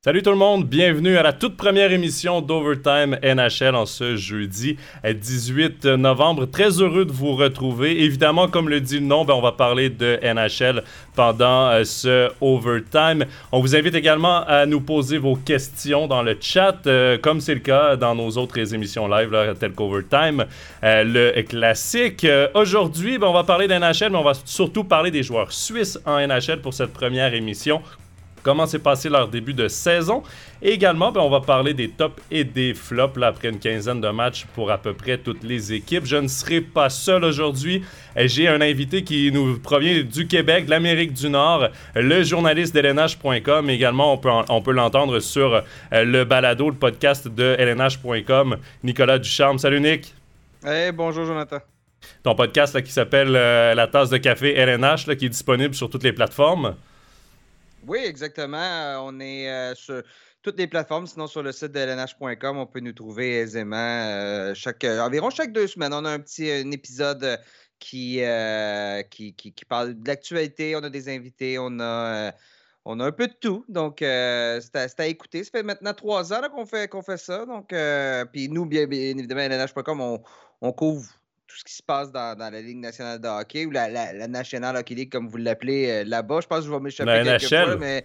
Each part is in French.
Salut tout le monde, bienvenue à la toute première émission d'Overtime NHL en ce jeudi 18 novembre. Très heureux de vous retrouver. Évidemment, comme le dit le nom, on va parler de NHL pendant ce Overtime. On vous invite également à nous poser vos questions dans le chat, comme c'est le cas dans nos autres émissions live, là, telles qu'Overtime, le classique. Aujourd'hui, on va parler d'NHL, mais on va surtout parler des joueurs suisses en NHL pour cette première émission. Comment s'est passé leur début de saison. Et également, on va parler des tops et des flops là, après une quinzaine de matchs pour à peu près toutes les équipes. Je ne serai pas seul aujourd'hui. J'ai un invité qui nous provient du Québec, de l'Amérique du Nord, le journaliste d'LNH.com. Également, on peut l'entendre sur le balado, le podcast de LNH.com, Nicolas Ducharme. Salut Nick! Hey, bonjour Jonathan. Ton podcast là, qui s'appelle La tasse de café LNH, là, qui est disponible sur toutes les plateformes. Oui, exactement. On est sur toutes les plateformes. Sinon, sur le site de lnh.com, on peut nous trouver aisément environ chaque 2 semaines. On a un épisode qui parle de l'actualité. On a des invités. On a un peu de tout. Donc, c'est à écouter. Ça fait maintenant 3 ans là, qu'on fait ça. Donc, puis nous, bien évidemment, lnh.com, on couvre tout ce qui se passe dans la Ligue nationale de hockey ou la National Hockey League, comme vous l'appelez là-bas. Je pense que je vais m'échapper La quelques NHL. fois, mais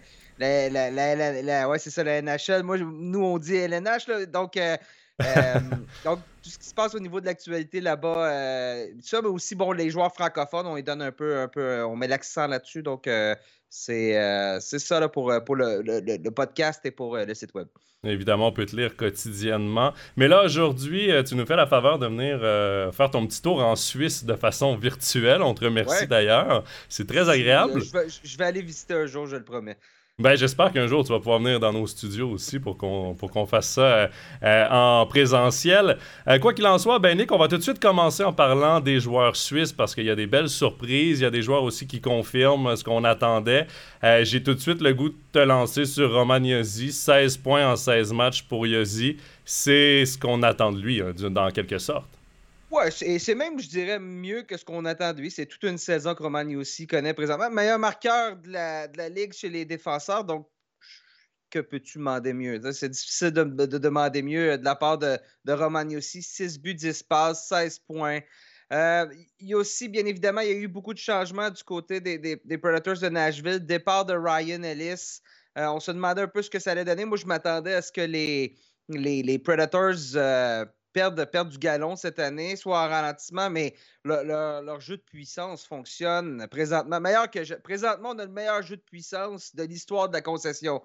ouais, c'est ça, la NHL. Nous, on dit LNH. Là, donc, tout ce qui se passe au niveau de l'actualité là-bas, ça, mais aussi, les joueurs francophones, on les donne un peu, on met l'accent là-dessus. Donc, c'est ça là, pour le podcast et pour le site web. Évidemment, on peut te lire quotidiennement. Mais là, aujourd'hui, tu nous fais la faveur de venir faire ton petit tour en Suisse de façon virtuelle. On te remercie d'ailleurs. C'est très agréable. Je vais aller visiter un jour, je le promets. J'espère qu'un jour, tu vas pouvoir venir dans nos studios aussi pour qu'on fasse ça en présentiel. Quoi qu'il en soit, Nick, on va tout de suite commencer en parlant des joueurs suisses parce qu'il y a des belles surprises. Il y a des joueurs aussi qui confirment ce qu'on attendait. J'ai tout de suite le goût de te lancer sur Roman Josi. 16 points en 16 matchs pour Josi. C'est ce qu'on attend de lui, dans quelque sorte. Ouais, c'est même, je dirais, mieux que ce qu'on attend de lui. C'est toute une saison que Roman Josi connaît présentement. Meilleur marqueur de la Ligue chez les défenseurs. Donc, que peux-tu demander mieux? C'est difficile de demander mieux de la part de Roman Josi. 6 buts, 10 passes, 16 points. Il y a aussi, bien évidemment, il y a eu beaucoup de changements du côté des Predators de Nashville. Départ de Ryan Ellis. On se demandait un peu ce que ça allait donner. Moi, je m'attendais à ce que les Predators perdent du galon cette année, soit en ralentissement, mais leur jeu de puissance fonctionne présentement. Présentement, on a le meilleur jeu de puissance de l'histoire de la concession,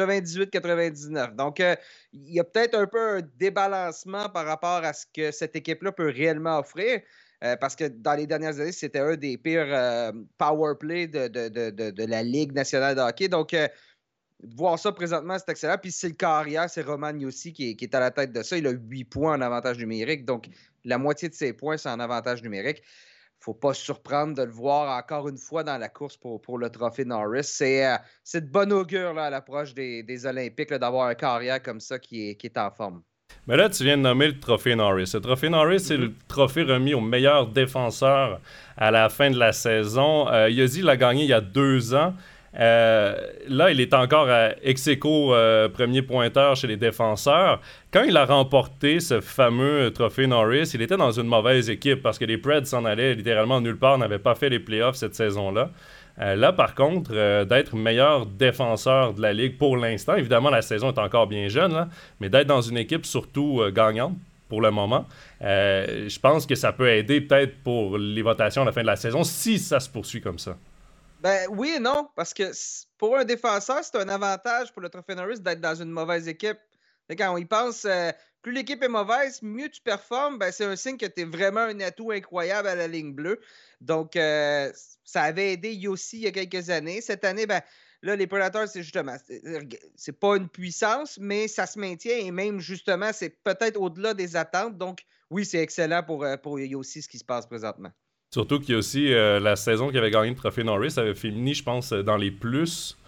98-99. Donc, il y a peut-être un peu un débalancement par rapport à ce que cette équipe-là peut réellement offrir. Parce que dans les dernières années, c'était un des pires power play de la Ligue nationale de hockey. Donc, voir ça présentement, c'est excellent. Puis c'est le carrière, c'est Roman Josi qui est à la tête de ça. Il a 8 points en avantage numérique. Donc, la moitié de ses points, c'est en avantage numérique. Il ne faut pas se surprendre de le voir encore une fois dans la course pour le trophée Norris. C'est de bon augure là, à l'approche des Olympiques là, d'avoir un carrière comme ça qui est en forme. Mais là, tu viens de nommer le trophée Norris. Le trophée Norris, c'est le trophée remis au meilleur défenseur à la fin de la saison. Josi l'a gagné il y a 2 ans. Là, il est encore ex-aequo premier pointeur chez les défenseurs. Quand il a remporté ce fameux trophée Norris, il était dans une mauvaise équipe parce que les Preds s'en allaient littéralement nulle part, n'avaient pas fait les playoffs cette saison-là. Là, par contre, d'être meilleur défenseur de la Ligue pour l'instant, évidemment, la saison est encore bien jeune, là, mais d'être dans une équipe surtout gagnante pour le moment, je pense que ça peut aider peut-être pour les votations à la fin de la saison si ça se poursuit comme ça. Oui et non, parce que pour un défenseur, c'est un avantage pour le Trophée Norris d'être dans une mauvaise équipe. Et quand on y pense, plus l'équipe est mauvaise, mieux tu performes, c'est un signe que tu es vraiment un atout incroyable à la ligne bleue. Donc, ça avait aidé Josi il y a quelques années. Cette année, là, les Predators, c'est pas une puissance, mais ça se maintient et même, justement, c'est peut-être au-delà des attentes. Donc, oui, c'est excellent pour Josi ce qui se passe présentement. Surtout qu'il y a aussi la saison qui avait gagné le trophée Norris avait fini, je pense, dans les plus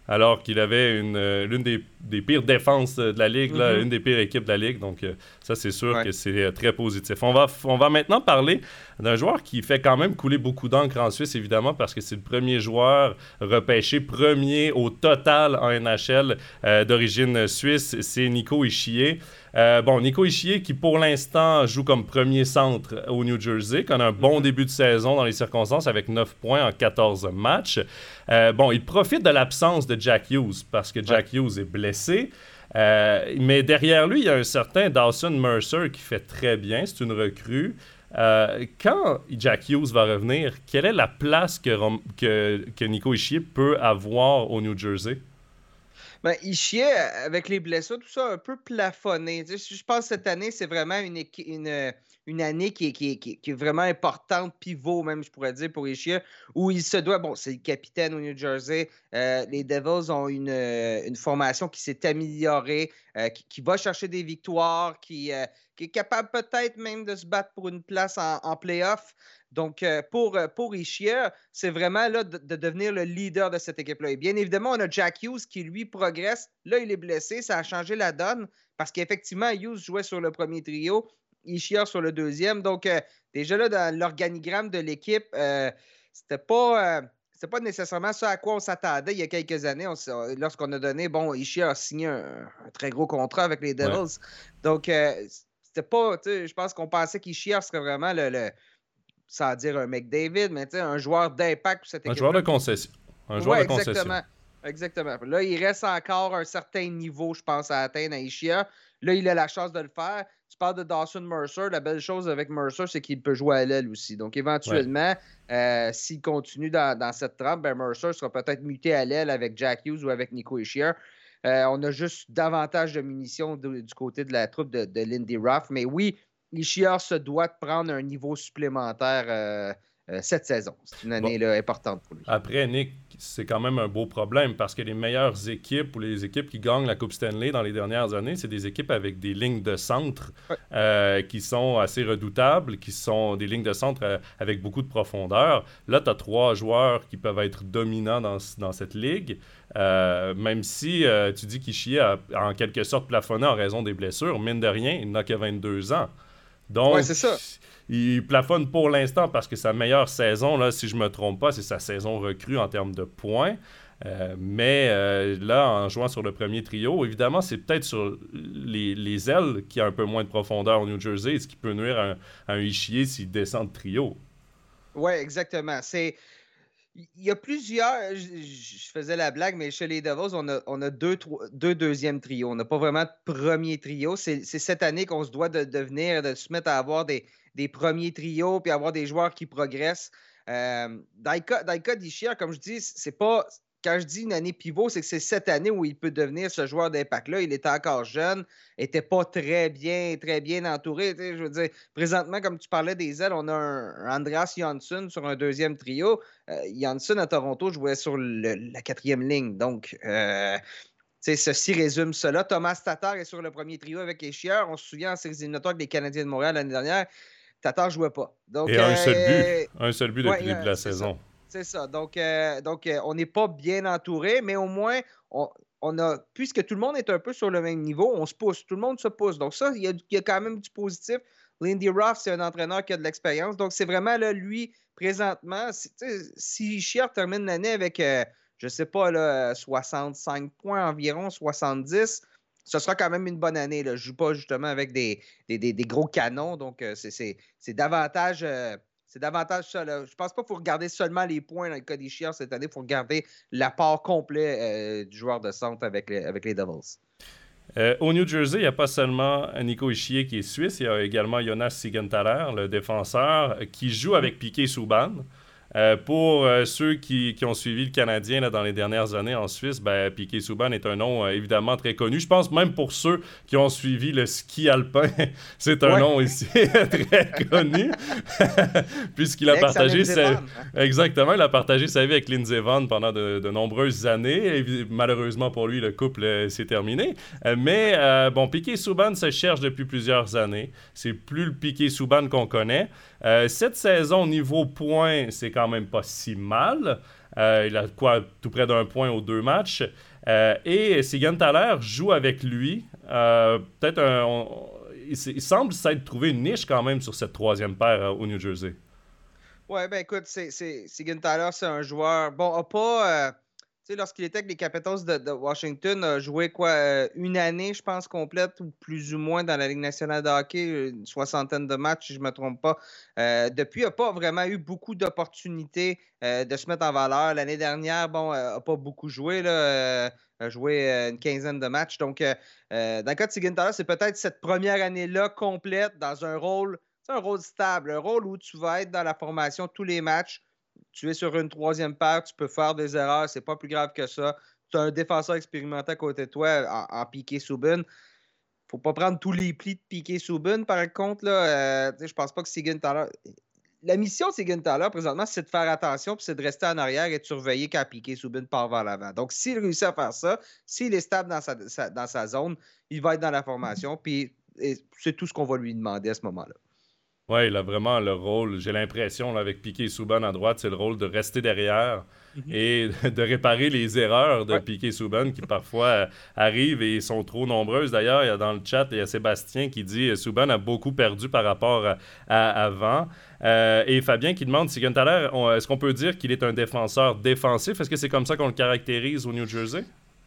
alors qu'il avait l'une des pires défenses de la Ligue, là, une des pires équipes de la Ligue. Donc, ça, c'est sûr que c'est très positif. On va maintenant parler d'un joueur qui fait quand même couler beaucoup d'encre en Suisse, évidemment, parce que c'est le premier joueur repêché premier au total en NHL d'origine suisse. C'est Nico Hischier. Nico Hischier qui, pour l'instant, joue comme premier centre au New Jersey, qui a un bon début de saison dans les circonstances avec 9 points en 14 matchs. Il profite de l'absence de Jack Hughes parce que Jack Hughes est blessé. Mais derrière lui, il y a un certain Dawson Mercer qui fait très bien. C'est une recrue. Quand Jack Hughes va revenir, quelle est la place que Nico Hischier peut avoir au New Jersey? Hischier, avec les blessures, tout ça, un peu plafonné. Je pense que cette année, c'est vraiment une année qui est vraiment importante, pivot même, je pourrais dire, pour Hischier, où il se doit... Bon, c'est le capitaine au New Jersey. Les Devils ont une formation qui s'est améliorée, qui va chercher des victoires, qui est capable peut-être même de se battre pour une place en play-off. Donc, pour Hischier, c'est vraiment là de devenir le leader de cette équipe-là. Et bien évidemment, on a Jack Hughes qui, lui, progresse. Là, il est blessé. Ça a changé la donne parce qu'effectivement, Hughes jouait sur le premier trio, Hischier sur le deuxième. Donc, déjà là, dans l'organigramme de l'équipe, c'était pas nécessairement ce à quoi on s'attendait il y a quelques années. Lorsqu'on a donné, Hischier a signé un très gros contrat avec les Devils. Ouais. Donc, c'était pas, je pense qu'on pensait qu'Hischier serait vraiment sans dire un McDavid, mais un joueur d'impact pour cette équipe. Un joueur de concession. Exactement. Là, il reste encore un certain niveau, je pense, à atteindre à Hischier. Là, il a la chance de le faire. Tu parles de Dawson Mercer. La belle chose avec Mercer, c'est qu'il peut jouer à l'aile aussi. Donc, éventuellement, s'il continue dans cette trempe, Mercer sera peut-être muté à l'aile avec Jack Hughes ou avec Nico Hischier. On a juste davantage de munitions du côté de la troupe de Lindy Ruff. Mais oui, Hischier se doit de prendre un niveau supplémentaire cette saison. C'est une année importante pour lui. Après, Nick, c'est quand même un beau problème parce que les meilleures équipes ou les équipes qui gagnent la Coupe Stanley dans les dernières années, c'est des équipes avec des lignes de centre qui sont assez redoutables, qui sont des lignes de centre avec beaucoup de profondeur. Là, tu as 3 joueurs qui peuvent être dominants dans cette ligue. Même si tu dis qu'Hischier a en quelque sorte plafonné en raison des blessures, mine de rien, il n'a que 22 ans. Donc, c'est ça. Il plafonne pour l'instant parce que sa meilleure saison, là, si je ne me trompe pas, c'est sa saison recrue en termes de points. Mais là, en jouant sur le premier trio, évidemment, c'est peut-être sur les ailes qu'il y a un peu moins de profondeur au New Jersey, ce qui peut nuire à un Hischier s'il descend de trio. Oui, exactement. Il y a plusieurs... Je faisais la blague, mais chez les Devils, on a deux deuxièmes trios. On n'a pas vraiment de premier trio. C'est cette année qu'on se doit de se mettre à avoir des premiers trios puis avoir des joueurs qui progressent. Dans le cas d'Hischier, comme je dis, c'est pas... Quand je dis une année pivot, c'est que c'est cette année où il peut devenir ce joueur d'impact-là. Il était encore jeune, n'était pas très bien entouré. Je veux dire, présentement, comme tu parlais des ailes, on a un Andreas Johnsson sur un deuxième trio. Johnsson à Toronto jouait sur la 4e ligne. Donc, ceci résume cela. Thomas Tatar est sur le premier trio avec Hischier. On se souvient en séries éliminatoires avec les Canadiens de Montréal l'année dernière. Tatar ne jouait pas. Donc, et un seul but depuis le début de la saison. C'est ça. Donc, on n'est pas bien entouré, mais au moins, on a, puisque tout le monde est un peu sur le même niveau, on se pousse. Tout le monde se pousse. Donc, ça, il y a quand même du positif. Lindy Ruff, c'est un entraîneur qui a de l'expérience. Donc, c'est vraiment, là, lui, présentement, si Hischier termine l'année avec, je ne sais pas, là, 65 points environ, 70, ce sera quand même une bonne année. Là. Je ne joue pas justement avec des gros canons. Donc, c'est davantage... C'est davantage ça. Là. Je pense pas qu'il faut regarder seulement les points dans le cas d'Hischier cette année. Il faut regarder l'apport complet du joueur de centre avec les Devils. Au New Jersey, il n'y a pas seulement Nico Hischier qui est suisse. Il y a également Jonas Siegenthaler, le défenseur, qui joue avec Piquet Subban. Pour ceux qui ont suivi le Canadien là, dans les dernières années en Suisse, Piquet Subban est un nom évidemment très connu. Je pense même pour ceux qui ont suivi le ski alpin, c'est un nom ici très connu, puisqu'il a partagé Exactement, il a partagé sa vie avec Lindsey Vonn pendant de nombreuses années. Et malheureusement pour lui, le couple s'est terminé. Mais Piquet Subban se cherche depuis plusieurs années. C'est plus le Piquet Subban qu'on connaît. Cette saison, niveau points, c'est quand même pas si mal. Il a tout près d'un point aux 2 matchs. Et Siegenthaler joue avec lui. Il semble s'être trouvé une niche quand même sur cette troisième paire au New Jersey. Ouais, ben écoute, Siegenthaler, c'est un joueur. Bon, a pas. Tu sais, lorsqu'il était avec les Capitals de Washington, a joué une année, je pense, complète, ou plus ou moins dans la Ligue nationale de hockey, une soixantaine de matchs, si je ne me trompe pas. Depuis, il n'a pas vraiment eu beaucoup d'opportunités de se mettre en valeur. L'année dernière, bon, n'a pas beaucoup joué, là, a joué une quinzaine de matchs. Donc, dans le cas de Siegenthaler, c'est peut-être cette première année-là complète dans un rôle stable, un rôle où tu vas être dans la formation tous les matchs. Tu es sur une troisième paire, tu peux faire des erreurs, c'est pas plus grave que ça. Tu as un défenseur expérimenté à côté de toi en Piqué Subban. Faut pas prendre tous les plis de Piqué Subban, par contre. Je pense pas que Siegenthaler. La mission de Siegenthaler, présentement, c'est de faire attention puis c'est de rester en arrière et de surveiller quand Piqué Subban part vers l'avant. Donc, s'il réussit à faire ça, s'il est stable dans sa zone, il va être dans la formation. Puis c'est tout ce qu'on va lui demander à ce moment-là. Oui, il a vraiment le rôle, j'ai l'impression, là, avec Piqué Subban à droite, c'est le rôle de rester derrière et de réparer les erreurs de Piqué Subban qui parfois arrivent et sont trop nombreuses. D'ailleurs, il y a dans le chat, il y a Sébastien qui dit Subban a beaucoup perdu par rapport à avant. Et Fabien qui demande, Siegenthaler, est-ce qu'on peut dire qu'il est un défenseur défensif? Est-ce que c'est comme ça qu'on le caractérise au New Jersey?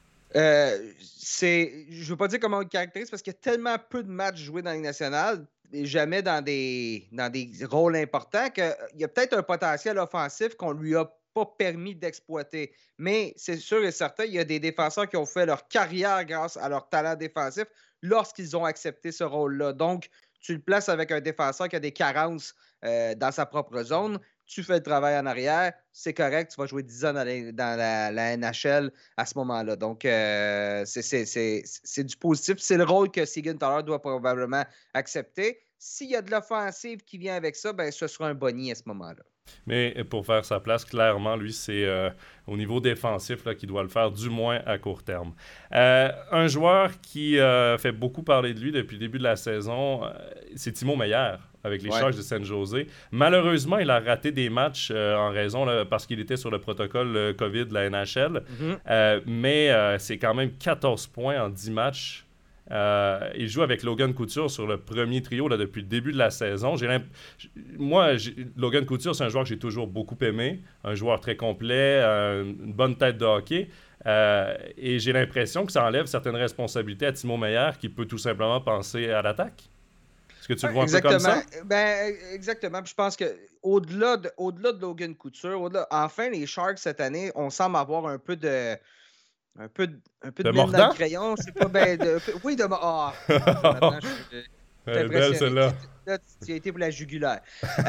Je veux pas dire comment on le caractérise parce qu'il y a tellement peu de matchs joués dans la Ligue nationale et jamais dans des rôles importants qu'il y a peut-être un potentiel offensif qu'on lui a pas permis d'exploiter. Mais c'est sûr et certain, il y a des défenseurs qui ont fait leur carrière grâce à leur talent défensif lorsqu'ils ont accepté ce rôle-là. Donc, tu le places avec un défenseur qui a des carences dans sa propre zone. Tu fais le travail en arrière, c'est correct, tu vas jouer 10 ans dans la NHL à ce moment-là. Donc, c'est du positif. C'est le rôle que Siegenthaler doit probablement accepter. S'il y a de l'offensive qui vient avec ça, ben, ce sera un boni à ce moment-là. Mais pour faire sa place, clairement, lui, c'est au niveau défensif là, qu'il doit le faire, du moins à court terme. Un joueur qui fait beaucoup parler de lui depuis le début de la saison, c'est Timo Meier avec les Sharks de San Jose. Malheureusement, il a raté des matchs en raison, parce qu'il était sur le protocole COVID de la NHL. Mais c'est quand même 14 points en 10 matchs. Il joue avec Logan Couture sur le premier trio là, depuis le début de la saison. Logan Couture, c'est un joueur que j'ai toujours beaucoup aimé. Un joueur très complet, une bonne tête de hockey. Et j'ai l'impression que ça enlève certaines responsabilités à Timo Meier qui peut tout simplement penser à l'attaque. Est-ce que tu le vois un peu comme ça? Exactement. Puis je pense qu'au-delà de Logan Couture, enfin, les Sharks cette année, on semble avoir un peu de mine dans le crayon. C'est pas oui, de mordant. Belle celle-là. Là, tu as été pour la jugulaire.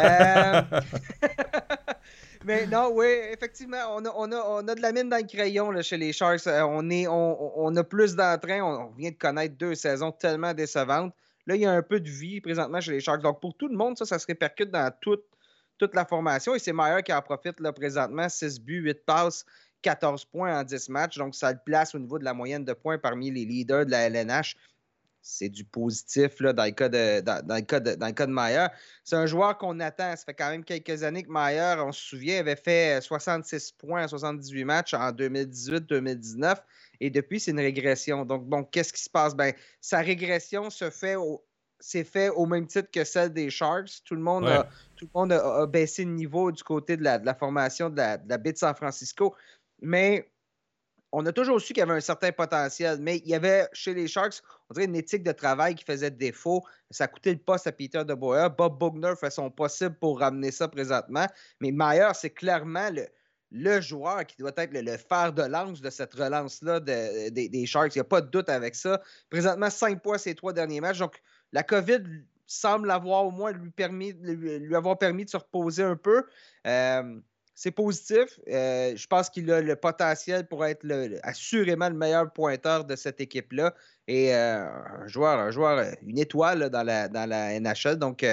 Mais non, oui, effectivement, on a de la mine dans le crayon là, chez les Sharks. On a plus d'entrain. On vient de connaître 2 saisons tellement décevantes. Là, il y a un peu de vie présentement chez les Sharks. Donc, pour tout le monde, ça se répercute dans toute la formation. Et c'est Meier qui en profite là, présentement. 6 buts, 8 passes, 14 points en 10 matchs. Donc, ça le place au niveau de la moyenne de points parmi les leaders de la LNH. C'est du positif là, dans le cas de Meier. C'est un joueur qu'on attend. Ça fait quand même quelques années que Meier, on se souvient, avait fait 66 points en 78 matchs en 2018-2019. Et depuis, c'est une régression. Donc, bon, qu'est-ce qui se passe? Ben, sa régression s'est fait au même titre que celle des Sharks. Tout le monde a baissé le niveau du côté de la formation de la baie de San Francisco. Mais on a toujours su qu'il y avait un certain potentiel, mais il y avait chez les Sharks, on dirait une éthique de travail qui faisait défaut. Ça coûtait le poste à Peter DeBoer. Bob Boughner fait son possible pour ramener ça présentement. Mais Meier, c'est clairement le joueur qui doit être le fer de lance de cette relance-là des Sharks. Il n'y a pas de doute avec ça. Présentement, 5 points ces 3 derniers matchs. Donc, la COVID semble avoir au moins lui avoir permis de se reposer un peu. C'est positif. Je pense qu'il a le potentiel pour être assurément le meilleur pointeur de cette équipe-là. Et un joueur, une étoile là, dans la NHL. Donc,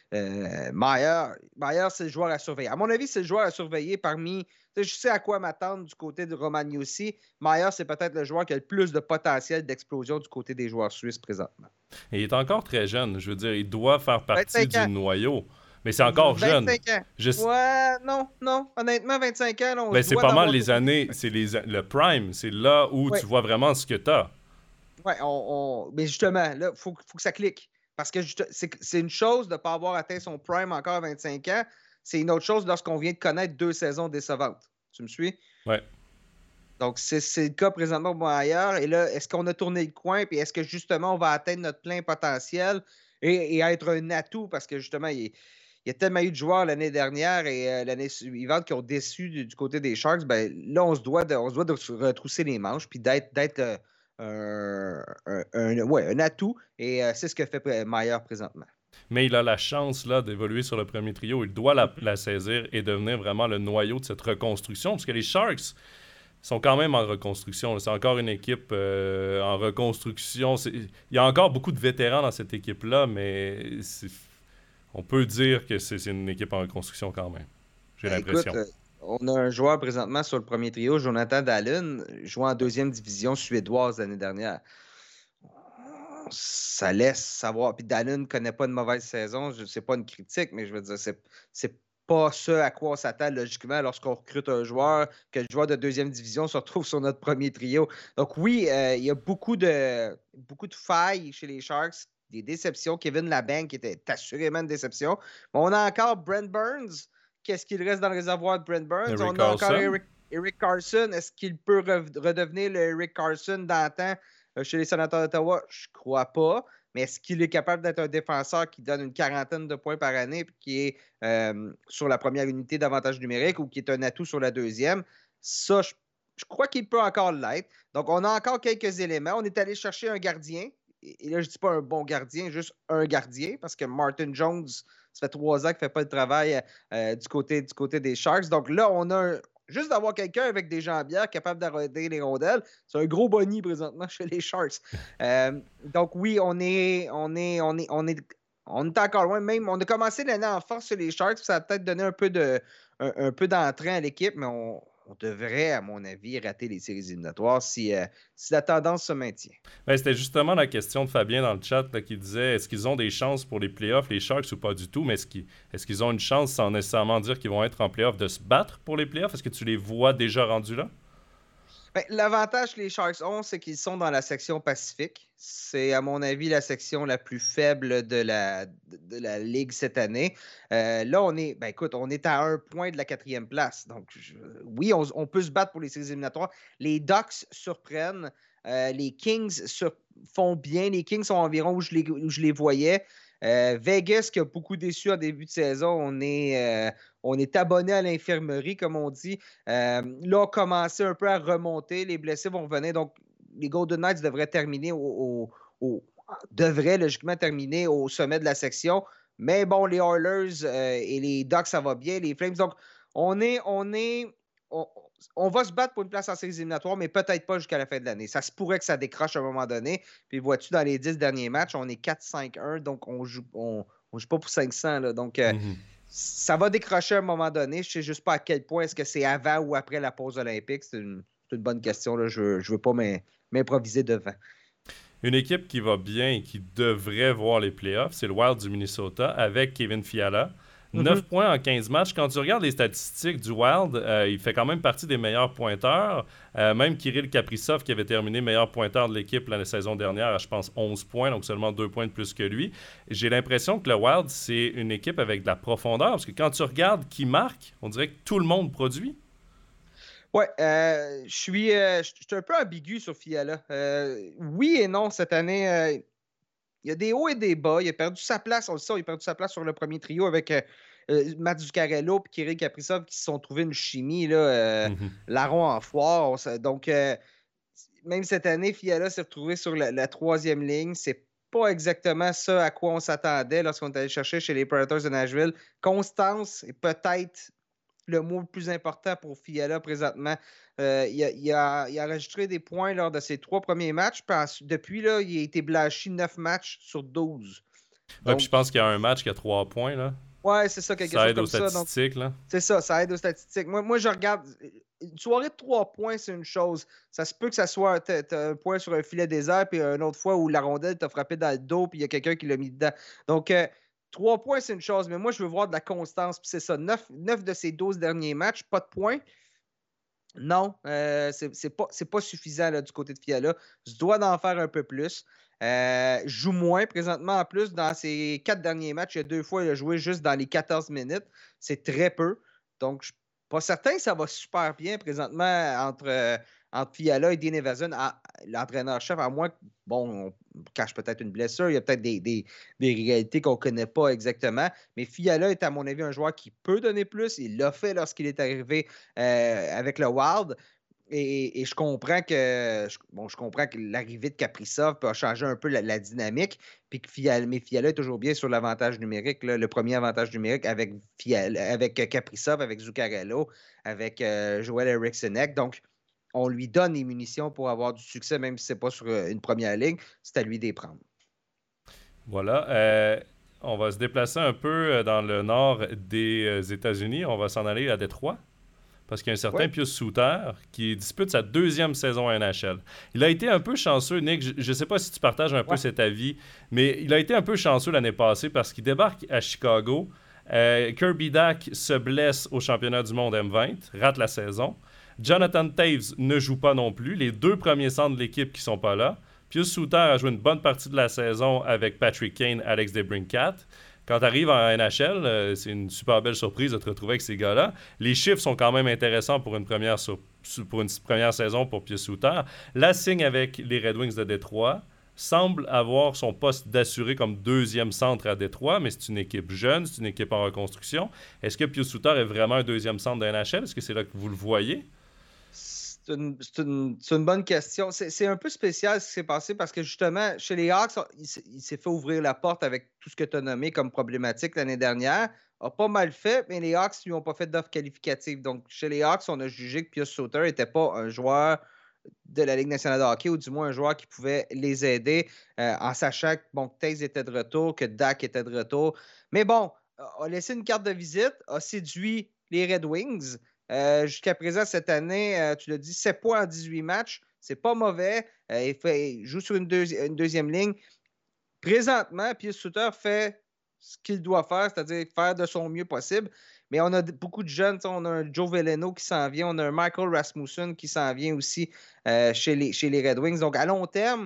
Meier, c'est le joueur à surveiller. À mon avis, c'est le joueur à surveiller parmi... Je sais à quoi m'attendre du côté de Romagnosi. Meier, c'est peut-être le joueur qui a le plus de potentiel d'explosion du côté des joueurs suisses présentement. Et il est encore très jeune. Je veux dire, il doit faire partie du noyau. Mais c'est encore jeune. 25 ans. Ouais, non. Honnêtement, 25 ans, là, on se c'est doit pas mal d'avoir les années, c'est le prime. C'est là où tu vois vraiment ce que t'as. Ouais, mais justement, là, faut que ça clique. Parce que c'est une chose de ne pas avoir atteint son prime encore à 25 ans. C'est une autre chose lorsqu'on vient de connaître 2 saisons décevantes. Tu me suis? Ouais. Donc, c'est le cas présentement pour ailleurs. Et là, est-ce qu'on a tourné le coin? Puis est-ce que justement, on va atteindre notre plein potentiel et être un atout? Parce que justement, il y a tellement eu de joueurs l'année dernière et l'année suivante qui ont déçu du côté des Sharks. Ben, là, on se doit de se retrousser les manches puis d'être un atout. Et c'est ce que fait Maier présentement. Mais il a la chance là d'évoluer sur le premier trio. Il doit la saisir et devenir vraiment le noyau de cette reconstruction. Parce que les Sharks sont quand même en reconstruction. C'est encore une équipe en reconstruction. Il y a encore beaucoup de vétérans dans cette équipe-là, mais on peut dire que c'est une équipe en reconstruction quand même. J'ai l'impression. Écoute, on a un joueur présentement sur le premier trio, Jonathan Dahlen, jouant en deuxième division suédoise l'année dernière. Ça laisse savoir. Puis Dahlen ne connaît pas une mauvaise saison. C'est pas une critique, mais je veux dire, c'est pas ce à quoi on s'attend logiquement lorsqu'on recrute un joueur, que le joueur de deuxième division se retrouve sur notre premier trio. Donc oui, il y a beaucoup de failles chez les Sharks, des déceptions. Kevin Labanc qui était assurément une déception. On a encore Brent Burns. Qu'est-ce qu'il reste dans le réservoir de Brent Burns? On a encore Eric Carson. Est-ce qu'il peut redevenir le Eric Carson d'antan chez les Sénateurs d'Ottawa? Je crois pas. Mais est-ce qu'il est capable d'être un défenseur qui donne une quarantaine de points par année et qui est sur la première unité d'avantage numérique ou qui est un atout sur la deuxième? Ça, je crois qu'il peut encore l'être. Donc, on a encore quelques éléments. On est allé chercher un gardien. Et là, je ne dis pas un bon gardien, juste un gardien, parce que Martin Jones, ça fait 3 ans qu'il ne fait pas le travail du côté des Sharks. Donc là, on a juste d'avoir quelqu'un avec des jambières capable d'arrêter les rondelles, c'est un gros boni présentement chez les Sharks. Donc oui, on est encore loin. Même, on a commencé l'année en force sur les Sharks, ça a peut-être donné un peu d'entrain à l'équipe, mais on devrait, à mon avis, rater les séries éliminatoires si la tendance se maintient. Ben, c'était justement la question de Fabien dans le chat là, qui disait est-ce qu'ils ont des chances pour les playoffs, les Sharks, ou pas du tout, mais est-ce qu'ils ont une chance sans nécessairement dire qu'ils vont être en playoffs de se battre pour les playoffs? Est-ce que tu les vois déjà rendus là? Ben, l'avantage que les Sharks ont, c'est qu'ils sont dans la section Pacifique. C'est, à mon avis, la section la plus faible de la Ligue cette année. Là, on est à 1 point de la 4e place. Donc, oui, on peut se battre pour les séries éliminatoires. Les Ducks surprennent. Les Kings font bien. Les Kings sont environ où je les voyais. Vegas, qui a beaucoup déçu en début de saison, on est abonné à l'infirmerie, comme on dit. Là, on a commencé un peu à remonter. Les blessés vont revenir. Donc, les Golden Knights devraient terminer devraient logiquement terminer au sommet de la section. Mais bon, les Oilers et les Ducks, ça va bien. Les Flames, donc, on va se battre pour une place en séries éliminatoires, mais peut-être pas jusqu'à la fin de l'année. Ça se pourrait que ça décroche à un moment donné. Puis vois-tu, dans les 10 derniers matchs, on est 4-5-1, donc on joue pas pour 500. Là, donc, ça va décrocher à un moment donné. Je sais juste pas à quel point. Est-ce que c'est avant ou après la pause olympique? C'est une bonne question. Là. Je veux pas m'improviser devant. Une équipe qui va bien et qui devrait voir les playoffs, c'est le Wild du Minnesota avec Kevin Fiala. 9 points en 15 matchs. Quand tu regardes les statistiques du Wild, il fait quand même partie des meilleurs pointeurs. Même Kirill Kaprizov, qui avait terminé meilleur pointeur de l'équipe la saison dernière, à, je pense, 11 points, donc seulement 2 points de plus que lui. J'ai l'impression que le Wild, c'est une équipe avec de la profondeur, parce que quand tu regardes qui marque, on dirait que tout le monde produit. Ouais, je suis un peu ambigu sur Fiala. Oui et non, cette année, il y a des hauts et des bas. Il a perdu sa place, on le sait, il a perdu sa place sur le premier trio avec Matt Zuccarello et Kirill Kaprizov qui se sont trouvés une chimie, là, larron en foire. Donc, même cette année, Fiala s'est retrouvé sur la 3e ligne. C'est pas exactement ça à quoi on s'attendait lorsqu'on est allé chercher chez les Predators de Nashville. Constance est peut-être le mot le plus important pour Fiala présentement. Il a enregistré des points lors de ses 3 premiers matchs. Depuis, là, il a été blanchi 9 matchs sur 12. Donc, puis je pense qu'il y a un match qui a 3 points. Là. Ouais, c'est ça, quelque chose comme ça. Ça aide aux statistiques. Là. C'est ça aide aux statistiques. Moi, je regarde. Une soirée de 3 points, c'est une chose. Ça se peut que ça soit un point sur un filet désert, puis une autre fois où la rondelle t'a frappé dans le dos, puis il y a quelqu'un qui l'a mis dedans. Donc, 3 points, c'est une chose, mais moi, je veux voir de la constance. Puis c'est ça, 9 de ses 12 derniers matchs, pas de points. Non, c'est pas suffisant là, du côté de Fiala. Je dois d'en faire un peu plus. Joue moins présentement. En plus, dans ses 4 derniers matchs, il y a 2 fois, il a joué juste dans les 14 minutes. C'est très peu. Donc, je ne suis pas certain que ça va super bien présentement entre Fiala et Dean Evason, l'entraîneur-chef, à moins que, bon, on cache peut-être une blessure. Il y a peut-être des réalités qu'on ne connaît pas exactement. Mais Fiala est, à mon avis, un joueur qui peut donner plus. Il l'a fait lorsqu'il est arrivé avec le Wild. Et je comprends que l'arrivée de Kaprizov peut changer un peu la dynamique, puis que Fiala est toujours bien sur l'avantage numérique, là, le premier avantage numérique avec Kaprizov, avec Zuccarello, avec Joel Eriksson. Donc, on lui donne les munitions pour avoir du succès, même si ce n'est pas sur une première ligne. C'est à lui d'y prendre. Voilà. On va se déplacer un peu dans le nord des États-Unis. On va s'en aller à Détroit. Parce qu'il y a un certain Pius Suter qui dispute sa 2e saison à NHL. Il a été un peu chanceux, Nick. Je ne sais pas si tu partages un peu cet avis, mais il a été un peu chanceux l'année passée parce qu'il débarque à Chicago. Kirby Dach se blesse au championnat du monde M20, rate la saison. Jonathan Toews ne joue pas non plus. Les 2 premiers centres de l'équipe qui ne sont pas là. Pius Suter a joué une bonne partie de la saison avec Patrick Kane, Alex DeBrincat. Quand tu arrives en NHL, c'est une super belle surprise de te retrouver avec ces gars-là. Les chiffres sont quand même intéressants pour une première saison pour Pius Suter. La signe avec les Red Wings de Détroit semble avoir son poste d'assuré comme 2e centre à Détroit, mais c'est une équipe jeune, c'est une équipe en reconstruction. Est-ce que Pius Suter est vraiment un 2e centre de NHL? Est-ce que c'est là que vous le voyez? C'est une bonne question. C'est un peu spécial ce qui s'est passé parce que justement, chez les Hawks, il s'est fait ouvrir la porte avec tout ce que tu as nommé comme problématique l'année dernière. A pas mal fait, mais les Hawks ne lui ont pas fait d'offre qualificative. Donc, chez les Hawks, on a jugé que Pius Suter n'était pas un joueur de la Ligue nationale de hockey, ou du moins un joueur qui pouvait les aider en sachant que Toews était de retour, que Dach était de retour. Mais bon, a laissé une carte de visite, a séduit les Red Wings. Jusqu'à présent, cette année, tu l'as dit, 7 points en 18 matchs. C'est pas mauvais. Il joue sur une deuxième ligne. Présentement, Pius Suter fait ce qu'il doit faire, c'est-à-dire faire de son mieux possible. Mais on a beaucoup de jeunes. On a un Joe Veleno qui s'en vient. On a un Michael Rasmussen qui s'en vient aussi chez les Red Wings. Donc, à long terme,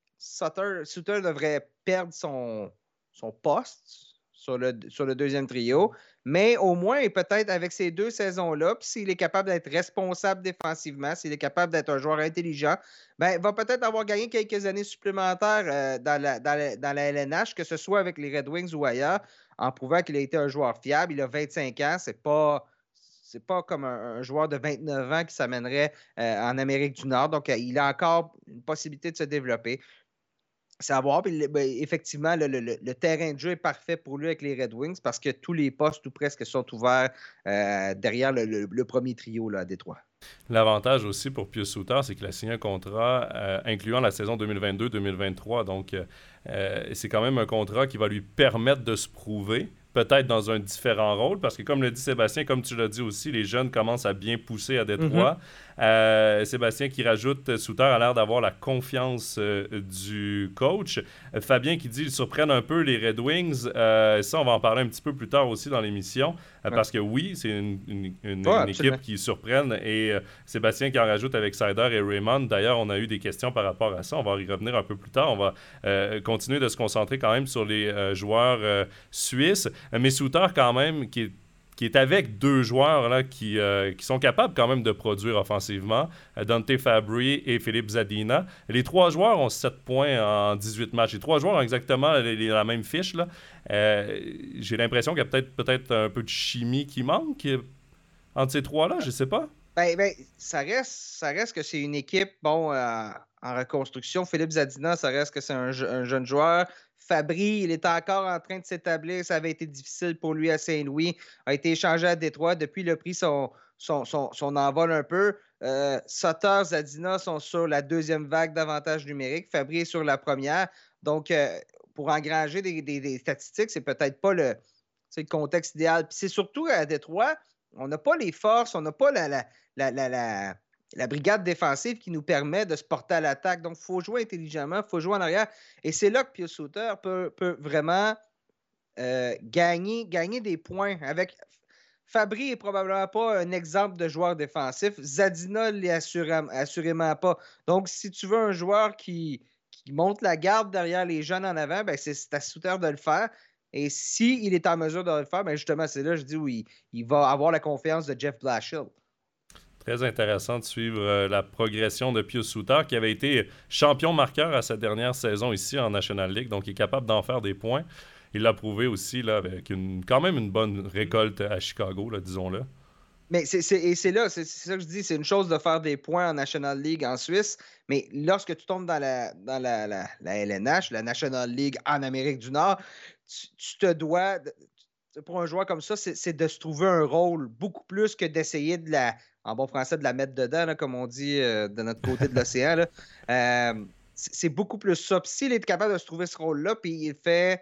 Suter devrait perdre son poste sur le deuxième trio. Mais au moins, peut-être avec ces 2 saisons-là, puis s'il est capable d'être responsable défensivement, s'il est capable d'être un joueur intelligent, il va peut-être avoir gagné quelques années supplémentaires dans la LNH, que ce soit avec les Red Wings ou ailleurs, en prouvant qu'il a été un joueur fiable. Il a 25 ans, c'est pas comme un joueur de 29 ans qui s'amènerait en Amérique du Nord. Donc, il a encore une possibilité de se développer. C'est à voir. Puis, effectivement, le terrain de jeu est parfait pour lui avec les Red Wings parce que tous les postes ou presque sont ouverts derrière le premier trio là, à Détroit. L'avantage aussi pour Pius Suter, c'est qu'il a signé un contrat incluant la saison 2022-2023. Donc, c'est quand même un contrat qui va lui permettre de se prouver, peut-être dans un différent rôle, parce que comme le dit Sébastien, comme tu l'as dit aussi, les jeunes commencent à bien pousser à Détroit. Sébastien qui rajoute, Suter a l'air d'avoir la confiance du coach. Fabien qui dit, ils surprennent un peu les Red Wings. Ça, on va en parler un petit peu plus tard aussi dans l'émission, parce que oui, c'est une équipe qui surprenne, et Sébastien qui en rajoute avec Seider et Raymond. D'ailleurs, on a eu des questions par rapport à ça. On va y revenir un peu plus tard. On va continuer de se concentrer quand même sur les joueurs suisses. Mais Suter, quand même, qui est avec 2 joueurs là, qui sont capables quand même de produire offensivement, Dante Fabry et Philippe Zadina. Les 3 joueurs ont 7 points en 18 matchs. Les 3 joueurs ont exactement la même fiche. Là. J'ai l'impression qu'il y a peut-être un peu de chimie qui manque entre ces 3-là, je ne sais pas. Ça reste que c'est une équipe en reconstruction. Philippe Zadina, ça reste que c'est un jeune joueur. Fabry, il est encore en train de s'établir. Ça avait été difficile pour lui à Saint-Louis. A été échangé à Détroit. Depuis, il a pris son envol un peu. Suter, Zadina sont sur la 2e vague d'avantages numériques. Fabry est sur la première. Donc, pour engranger des statistiques, c'est peut-être pas le contexte idéal. Puis c'est surtout à Détroit, on n'a pas les forces, on n'a pas la brigade défensive qui nous permet de se porter à l'attaque. Donc, il faut jouer intelligemment, il faut jouer en arrière. Et c'est là que Pius Suter peut vraiment gagner des points. Fabry est probablement pas un exemple de joueur défensif. Zadina l'est assurément pas. Donc, si tu veux un joueur qui monte la garde derrière les jeunes en avant, ben c'est à Suter de le faire. Et s'il est en mesure de le faire, ben justement, c'est là je dis où il va avoir la confiance de Jeff Blashill. Très intéressant de suivre la progression de Pius Suter, qui avait été champion marqueur à sa dernière saison ici en National League, donc il est capable d'en faire des points. Il l'a prouvé aussi là, avec quand même une bonne récolte à Chicago, là, disons-le. Mais c'est ça que je dis, c'est une chose de faire des points en National League en Suisse, mais lorsque tu tombes dans la LNH, la National League en Amérique du Nord, tu te dois, pour un joueur comme ça, c'est de se trouver un rôle beaucoup plus que d'essayer en bon français, de la mettre dedans, là, comme on dit de notre côté de l'océan. C'est beaucoup plus ça. Puis s'il est capable de se trouver ce rôle-là, puis il fait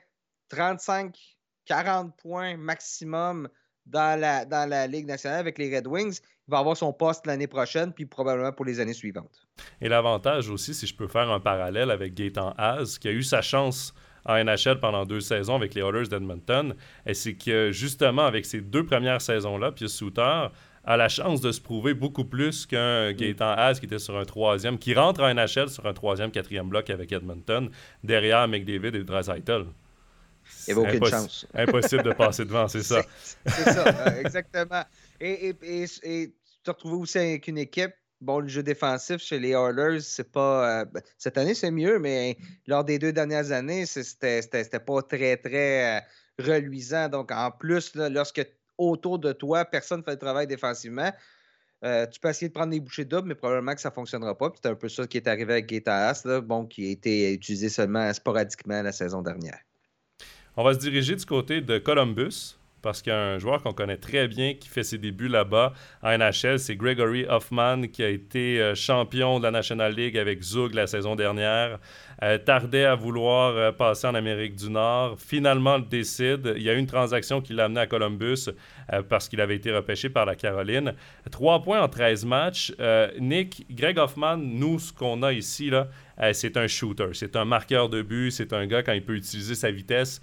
35-40 points maximum dans la Ligue nationale avec les Red Wings, il va avoir son poste l'année prochaine, puis probablement pour les années suivantes. Et l'avantage aussi, si je peux faire un parallèle avec Gaétan Haas, qui a eu sa chance en NHL pendant 2 saisons avec les Oilers d'Edmonton, c'est que justement, avec ces 2 premières saisons-là, Pius Suter a la chance de se prouver beaucoup plus qu'un Gaétan Haas qui était sur un 3e, qui rentre en NHL sur un 3e, 4e bloc avec Edmonton, derrière McDavid et Draisaitl. Il n'y avait aucune chance. Impossible de passer devant, c'est ça. C'est ça, exactement. Et tu te retrouves aussi avec une équipe. Bon, le jeu défensif chez les Oilers, c'est pas. Cette année, c'est mieux, mais lors des 2 dernières années, c'était pas très, très reluisant. Donc, en plus, là, lorsque autour de toi, personne ne fait le travail défensivement, tu peux essayer de prendre des bouchées doubles, mais probablement que ça ne fonctionnera pas. Puis c'est un peu ça qui est arrivé avec Gaétan Haas, qui a été utilisé seulement sporadiquement la saison dernière. On va se diriger du côté de Columbus, parce qu'il y a un joueur qu'on connaît très bien qui fait ses débuts là-bas en NHL, c'est Gregory Hoffman, qui a été champion de la National League avec Zug la saison dernière. Tardait à vouloir passer en Amérique du Nord. Finalement, le décide. Il y a eu une transaction qui l'a amené à Columbus parce qu'il avait été repêché par la Caroline. 3 points en 13 matchs. Nick, Greg Hoffman, nous, ce qu'on a ici, là, c'est un shooter. C'est un marqueur de but. C'est un gars, quand il peut utiliser sa vitesse,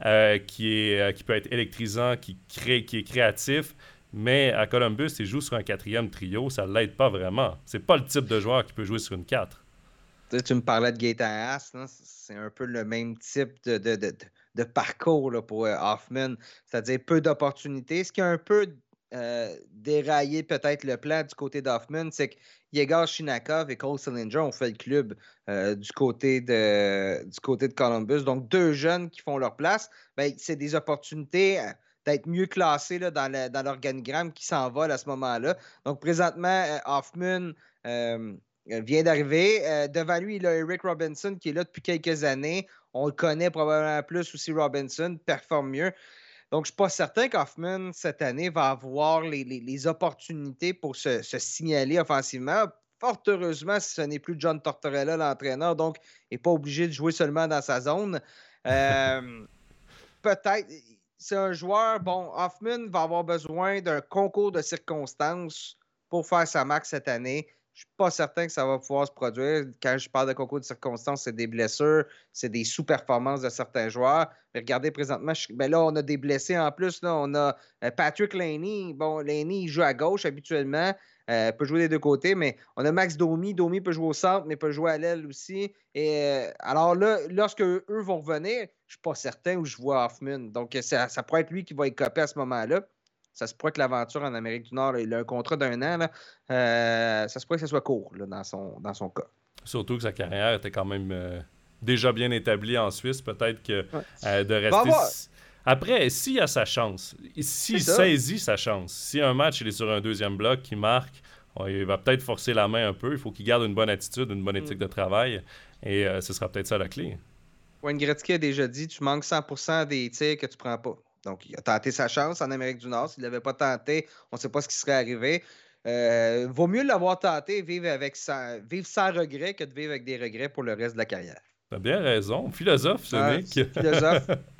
qui peut être électrisant, qui est créatif. Mais à Columbus, il joue sur un 4e trio. Ça ne l'aide pas vraiment. C'est pas le type de joueur qui peut jouer sur une 4. Tu me parlais de Gaétan Haas, c'est un peu le même type de parcours là, pour Hoffman, c'est-à-dire peu d'opportunités. Ce qui a un peu déraillé peut-être le plan du côté d'Hoffman, c'est que Yegor Shinakov et Cole Sillinger ont fait le club du côté de Columbus. Donc, 2 jeunes qui font leur place, ben, c'est des opportunités d'être mieux classés là, dans l'organigramme qui s'envole à ce moment-là. Donc, présentement, Hoffman vient d'arriver. Devant lui, il a Eric Robinson qui est là depuis quelques années. On le connaît probablement plus aussi, Robinson, performe mieux. Donc, je ne suis pas certain qu'Hoffman, cette année, va avoir les opportunités pour se signaler offensivement. Fort heureusement, si ce n'est plus John Tortorella, l'entraîneur, donc il n'est pas obligé de jouer seulement dans sa zone. Peut-être, c'est un joueur, bon, Hoffman va avoir besoin d'un concours de circonstances pour faire sa marque cette année. Je ne suis pas certain que ça va pouvoir se produire. Quand je parle de concours de circonstances, c'est des blessures, c'est des sous-performances de certains joueurs. Mais regardez, présentement, là, on a des blessés en plus. Là, on a Patrick Laney. Bon, Laney, il joue à gauche habituellement. Peut jouer des 2 côtés, mais on a Max Domi. Domi peut jouer au centre, mais peut jouer à l'aile aussi. Et alors là, lorsque eux vont revenir, je ne suis pas certain où je vois Hoffman. Donc, ça pourrait être lui qui va écoper à ce moment-là. Ça se pourrait que l'aventure en Amérique du Nord, là, il a un contrat d'1 an. Là, ça se pourrait que ça soit court là, dans son cas. Surtout que sa carrière était quand même déjà bien établie en Suisse. Peut-être que de rester... Après, s'il a sa chance, s'il saisit sa chance, si un match, il est sur un 2e bloc, qui marque, il va peut-être forcer la main un peu. Il faut qu'il garde une bonne attitude, une bonne éthique de travail. Et ce sera peut-être ça la clé. Wayne Gretzky a déjà dit, tu manques 100% des tirs que tu prends pas. Donc, il a tenté sa chance en Amérique du Nord. S'il ne l'avait pas tenté, on ne sait pas ce qui serait arrivé. Vaut mieux l'avoir tenté, vivre sans regret que de vivre avec des regrets pour le reste de la carrière. T'as bien raison. Philosophe, ce Nick. Philosophe.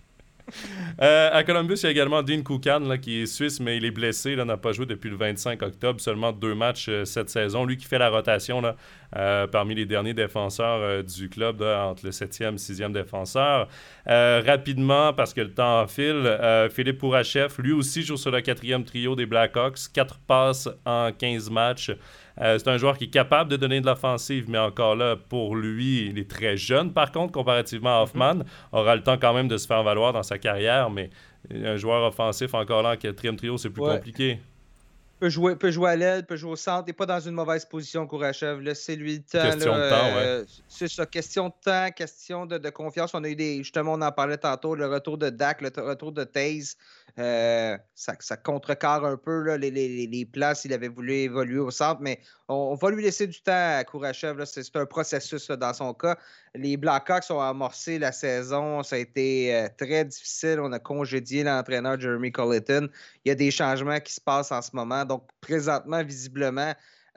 À Columbus, il y a également Dean Koukan là, qui est suisse, mais il est blessé, là, n'a pas joué depuis le 25 octobre, seulement 2 matchs cette saison. Lui qui fait la rotation là, parmi les derniers défenseurs du club, là, entre le 7e et 6e défenseur. Rapidement, parce que le temps file, Philippe Pourachev, lui aussi joue sur le 4e trio des Blackhawks, 4 passes en 15 matchs. C'est un joueur qui est capable de donner de l'offensive, mais encore là, pour lui, il est très jeune. Par contre, comparativement à Hoffman, aura le temps quand même de se faire valoir dans sa carrière, mais un joueur offensif encore là en 4e trio, c'est plus compliqué. Peut jouer à l'aile, peut jouer au centre. Il n'est pas dans une mauvaise position, Kourachev. Laissez-lui le temps. Question de temps, ouais. C'est ça, question de temps, question de confiance. On a eu justement, on en parlait tantôt, le retour de Dak, le retour de Taze. Ça contrecarre un peu là, les places s'il avait voulu évoluer au centre, mais on va lui laisser du temps à Kourachev. Là. C'est un processus là, dans son cas. Les Blackhawks ont amorcé la saison. Ça a été très difficile. On a congédié l'entraîneur Jeremy Colliton. Il y a des changements qui se passent en ce moment. Donc, présentement, visiblement,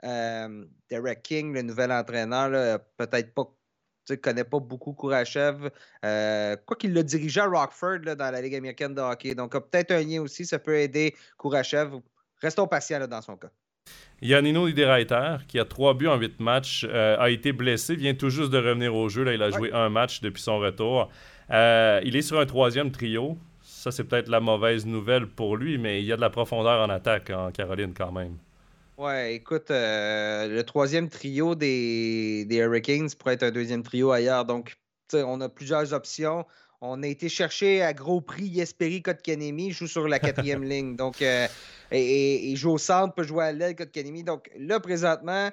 Derek King, le nouvel entraîneur, peut-être pas, ne connaît pas beaucoup Kourachev. Quoi qu'il l'a dirigé à Rockford là, dans la Ligue américaine de hockey. Donc, peut-être un lien aussi. Ça peut aider Kourachev. Restons patients là, dans son cas. Yannino Niederreiter, qui a 3 buts en 8 matchs, a été blessé, vient tout juste de revenir au jeu. Là, il a joué un match depuis son retour. Il est sur un 3e trio. Ça, c'est peut-être la mauvaise nouvelle pour lui, mais il y a de la profondeur en attaque en Caroline quand même. Ouais, écoute, le 3e trio des Hurricanes pourrait être un 2e trio ailleurs. Donc, on a plusieurs options. On a été chercher à gros prix Jesperi Kotkaniemi. Il joue sur la 4e ligne. Donc, il joue au centre, peut jouer à l'aile Kotkaniemi. Donc, là, présentement,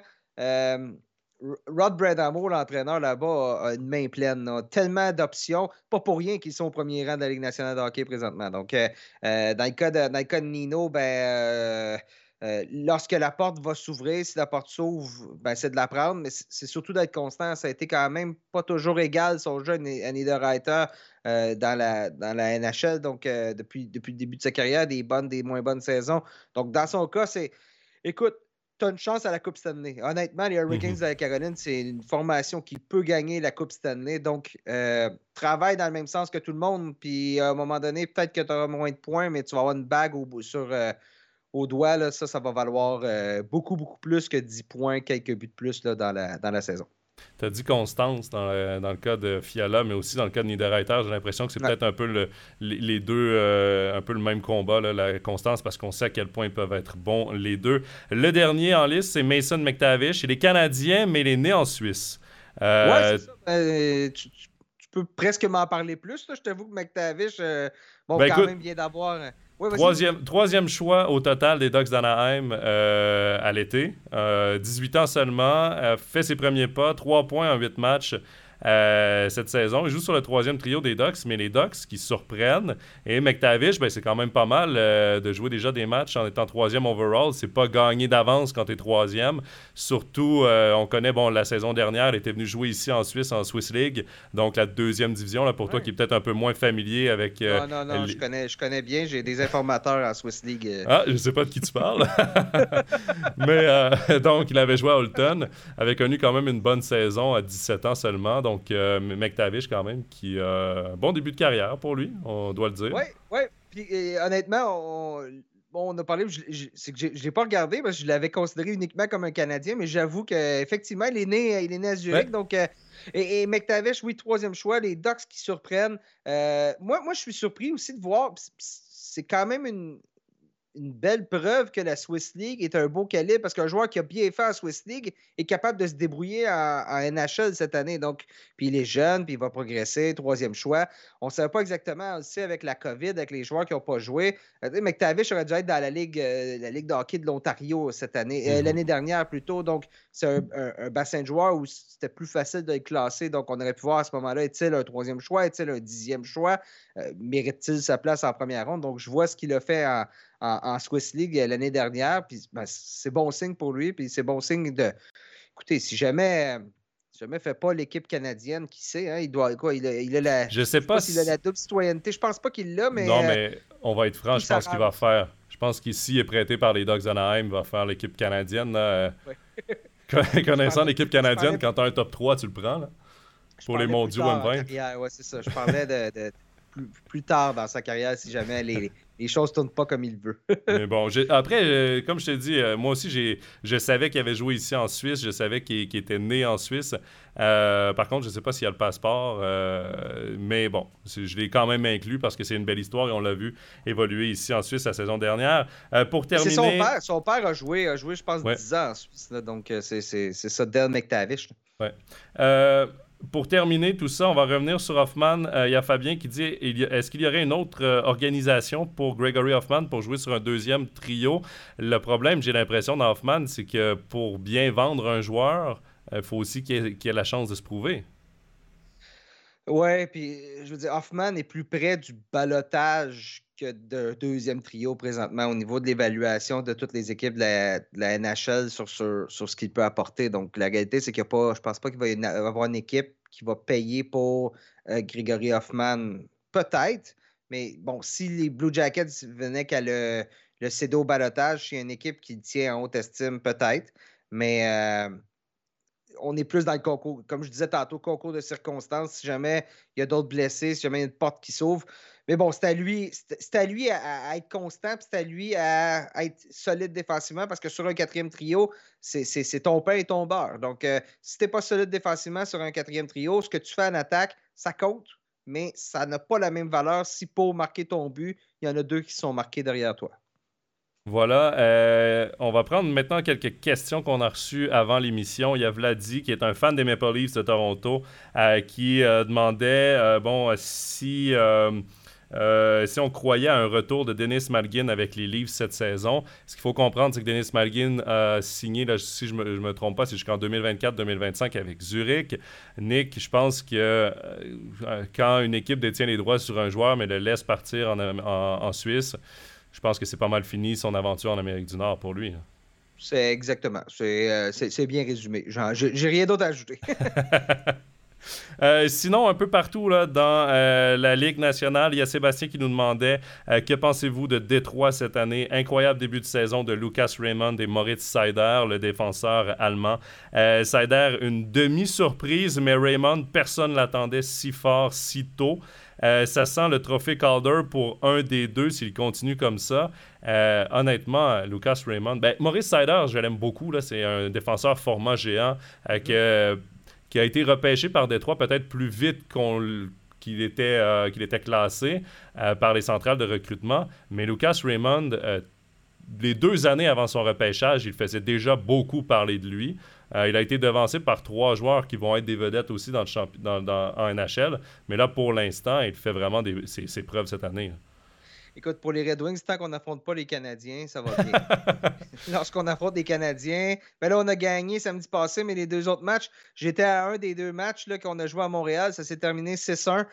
Rod Bradamo, l'entraîneur là-bas, a une main pleine. Là. Tellement d'options. Pas pour rien qu'ils sont au premier rang de la Ligue nationale de hockey présentement. Donc, dans le cas de Nino, lorsque la porte va s'ouvrir, si la porte s'ouvre, c'est de la prendre, mais c'est surtout d'être constant. Ça a été quand même pas toujours égal son jeu à Niederreiter dans la NHL. Donc, depuis le début de sa carrière, des bonnes, des moins bonnes saisons. Donc, dans son cas, écoute, tu as une chance à la Coupe Stanley. Honnêtement, les Hurricanes de la Caroline, c'est une formation qui peut gagner la Coupe Stanley. Donc, travaille dans le même sens que tout le monde. Puis, à un moment donné, peut-être que tu auras moins de points, mais tu vas avoir une bague au doigt, là, ça va valoir beaucoup, beaucoup plus que 10 points, quelques buts de plus là, dans la saison. Tu as dit constance dans le cas de Fiala, mais aussi dans le cas de Niederreiter. J'ai l'impression que c'est peut-être un peu les deux, un peu le même combat, là, la constance, parce qu'on sait à quel point ils peuvent être bons les deux. Le dernier en liste, c'est Mason McTavish. Il est Canadien, mais il est né en Suisse. Ouais, c'est ça. Tu peux presque m'en parler plus. Là. Je t'avoue que McTavish, quand même, vient d'avoir... Troisième choix au total des Ducks d'Anaheim à l'été. 18 ans seulement, fait ses premiers pas, 3 points en 8 matchs cette saison. Il joue sur le 3e trio des Ducks, mais les Ducks qui surprennent. Et McTavish, c'est quand même pas mal de jouer déjà des matchs en étant 3e overall. C'est pas gagné d'avance quand tu es 3e. Surtout, on connaît, la saison dernière, il était venu jouer ici en Suisse, en Swiss League, donc la 2e division, là, pour toi qui est peut-être un peu moins familier avec... Non, je connais bien. J'ai des informateurs en Swiss League. Ah, je sais pas de qui tu parles. Mais donc, il avait joué à Holton, avait connu quand même une bonne saison à 17 ans seulement. Donc, McTavish, quand même, qui a un bon début de carrière pour lui, on doit le dire. Oui. Puis, honnêtement, on a parlé, c'est que je ne l'ai pas regardé parce que je l'avais considéré uniquement comme un Canadien, mais j'avoue qu'effectivement, il est né à Zurich. Ouais. Donc, et McTavish, oui, 3e choix, les Ducks qui surprennent. Moi, je suis surpris aussi de voir, c'est quand même une belle preuve que la Swiss League est un beau calibre parce qu'un joueur qui a bien fait en Swiss League est capable de se débrouiller en NHL cette année. Donc, puis il est jeune, puis il va progresser, 3e choix. On ne savait pas exactement aussi avec la COVID, avec les joueurs qui n'ont pas joué. McTavish aurait dû être dans la Ligue de hockey de l'Ontario cette année, l'année dernière plutôt. Donc, c'est un bassin de joueurs où c'était plus facile de le classer. Donc, on aurait pu voir à ce moment-là, est-il un 3e choix, est-il un 10e choix? Mérite-t-il sa place en première ronde? Donc, je vois ce qu'il a fait en Swiss League l'année dernière, puis c'est bon signe pour lui, puis c'est bon signe de... Écoutez, si jamais ne fait pas l'équipe canadienne, qui sait, hein, il doit quoi? Il a la... Je sais pas s'il a la double citoyenneté. Je pense pas qu'il l'a, mais... Non, mais on va être franc, je pense qu'il va faire. Je pense qu'ici, il est prêté par les Ducks d'Anaheim, il va faire l'équipe canadienne. Là, connaissant l'équipe canadienne, quand tu as un top 3, tu le prends, là, pour les mondiaux M20. Oui, c'est ça. Je parlais de plus tard dans sa carrière si jamais les choses ne tournent pas comme il veut. Mais bon, après, comme je te dis, moi aussi, je savais qu'il avait joué ici en Suisse. Je savais qu'il était né en Suisse. Par contre, je ne sais pas s'il a le passeport. Mais bon, je l'ai quand même inclus parce que c'est une belle histoire et on l'a vu évoluer ici en Suisse la saison dernière. Pour terminer... C'est son père. Son père a joué je pense, ouais. 10 ans en Suisse. Là, donc, c'est ça, Dale McTavish. Ouais. Pour terminer tout ça, on va revenir sur Hoffman. Il y a Fabien qui dit est-ce qu'il y aurait une autre organisation pour Gregory Hoffman pour jouer sur un deuxième trio? Le problème, j'ai l'impression, dans Hoffman, c'est que pour bien vendre un joueur, il faut aussi qu'il ait la chance de se prouver. Ouais, puis je veux dire, Hoffman est plus près du ballottage que d'un deuxième trio présentement au niveau de l'évaluation de toutes les équipes de la NHL sur ce qu'il peut apporter. Donc, la réalité, c'est qu'il n'y a pas, je pense pas qu'il va y avoir une équipe qui va payer pour Gregory Hoffman. Peut-être, mais bon, si les Blue Jackets venaient qu'à le céder au ballottage, c'est une équipe qui le tient en haute estime, peut-être. Mais on est plus dans le concours, comme je disais tantôt, concours de circonstances. Si jamais il y a d'autres blessés, si jamais il y a une porte qui s'ouvre. Mais bon, c'est à lui à être constant, puis c'est à lui à être solide défensivement, parce que sur un quatrième trio, c'est ton pain et ton beurre. Donc, si tu n'es pas solide défensivement sur un quatrième trio, ce que tu fais en attaque, ça compte, mais ça n'a pas la même valeur si pour marquer ton but, il y en a deux qui sont marqués derrière toi. Voilà, on va prendre maintenant quelques questions qu'on a reçues avant l'émission. Il y a Vladi, qui est un fan des Maple Leafs de Toronto, qui demandait si on croyait à un retour de Denis Malgin avec les Leafs cette saison. Ce qu'il faut comprendre, c'est que Denis Malgin a signé, là, si je me trompe pas, c'est jusqu'en 2024-2025 avec Zurich. Nick, je pense que quand une équipe détient les droits sur un joueur mais le laisse partir en Suisse, je pense que c'est pas mal fini son aventure en Amérique du Nord pour lui. C'est exactement. C'est bien résumé. J'ai rien d'autre à ajouter. Sinon, un peu partout là, dans la Ligue nationale, il y a Sébastien qui nous demandait que pensez-vous de Détroit cette année? Incroyable début de saison de Lucas Raymond et Moritz Seider, le défenseur allemand. Seider, une demi-surprise, mais Raymond, personne ne l'attendait si fort, si tôt. Ça sent le trophée Calder pour un des deux s'il continue comme ça. Honnêtement, Lucas Raymond, Maurice Seider, je l'aime beaucoup. Là, c'est un défenseur format géant qui a été repêché par Détroit peut-être plus vite qu'il était classé par les centrales de recrutement. Mais Lucas Raymond, les 2 années avant son repêchage, il faisait déjà beaucoup parler de lui. Il a été devancé par 3 joueurs qui vont être des vedettes aussi en NHL. Mais là, pour l'instant, il fait vraiment ses preuves cette année. Écoute, pour les Red Wings, tant qu'on n'affronte pas les Canadiens, ça va bien. Lorsqu'on affronte les Canadiens, là, on a gagné samedi passé, mais les 2 autres matchs, j'étais à un des 2 matchs là, qu'on a joué à Montréal. Ça s'est terminé 6-1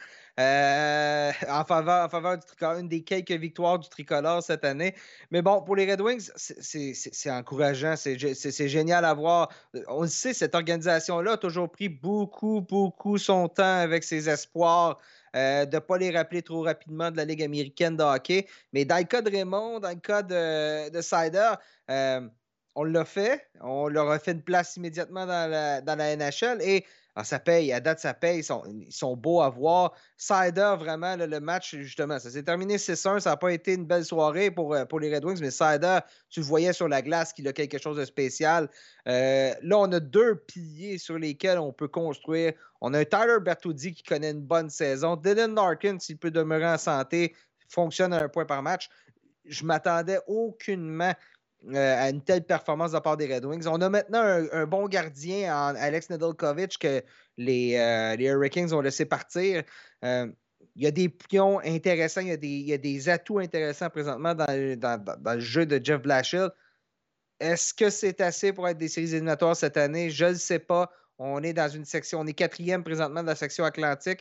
en faveur du tricolore, une des quelques victoires du tricolore cette année. Mais bon, pour les Red Wings, c'est encourageant. C'est génial à voir. On le sait, cette organisation-là a toujours pris beaucoup son temps avec ses espoirs. De ne pas les rappeler trop rapidement de la Ligue américaine de hockey. Mais dans le cas de Raymond, dans le cas de Seider, on l'a fait. On leur a fait une place immédiatement dans la NHL et ça paye. À date, ça paye. Ils sont beaux à voir. Seider, vraiment, le match, justement, ça s'est terminé 6-1. Ça n'a pas été une belle soirée pour les Red Wings, mais Seider, tu le voyais sur la glace qu'il a quelque chose de spécial. Là, on a 2 piliers sur lesquels on peut construire. On a un Tyler Bertuzzi qui connaît une bonne saison. Dylan Larkin, s'il peut demeurer en santé, fonctionne à 1 point par match. Je m'attendais aucunement à une telle performance de la part des Red Wings. On a maintenant un bon gardien en Alex Nedeljkovic que les Hurricanes ont laissé partir. Il y a des pions intéressants, il y a des atouts intéressants présentement dans le jeu de Jeff Blashill. Est-ce que c'est assez pour être des séries éliminatoires cette année? Je ne le sais pas. On est dans une section, on est 4e présentement de la section Atlantique.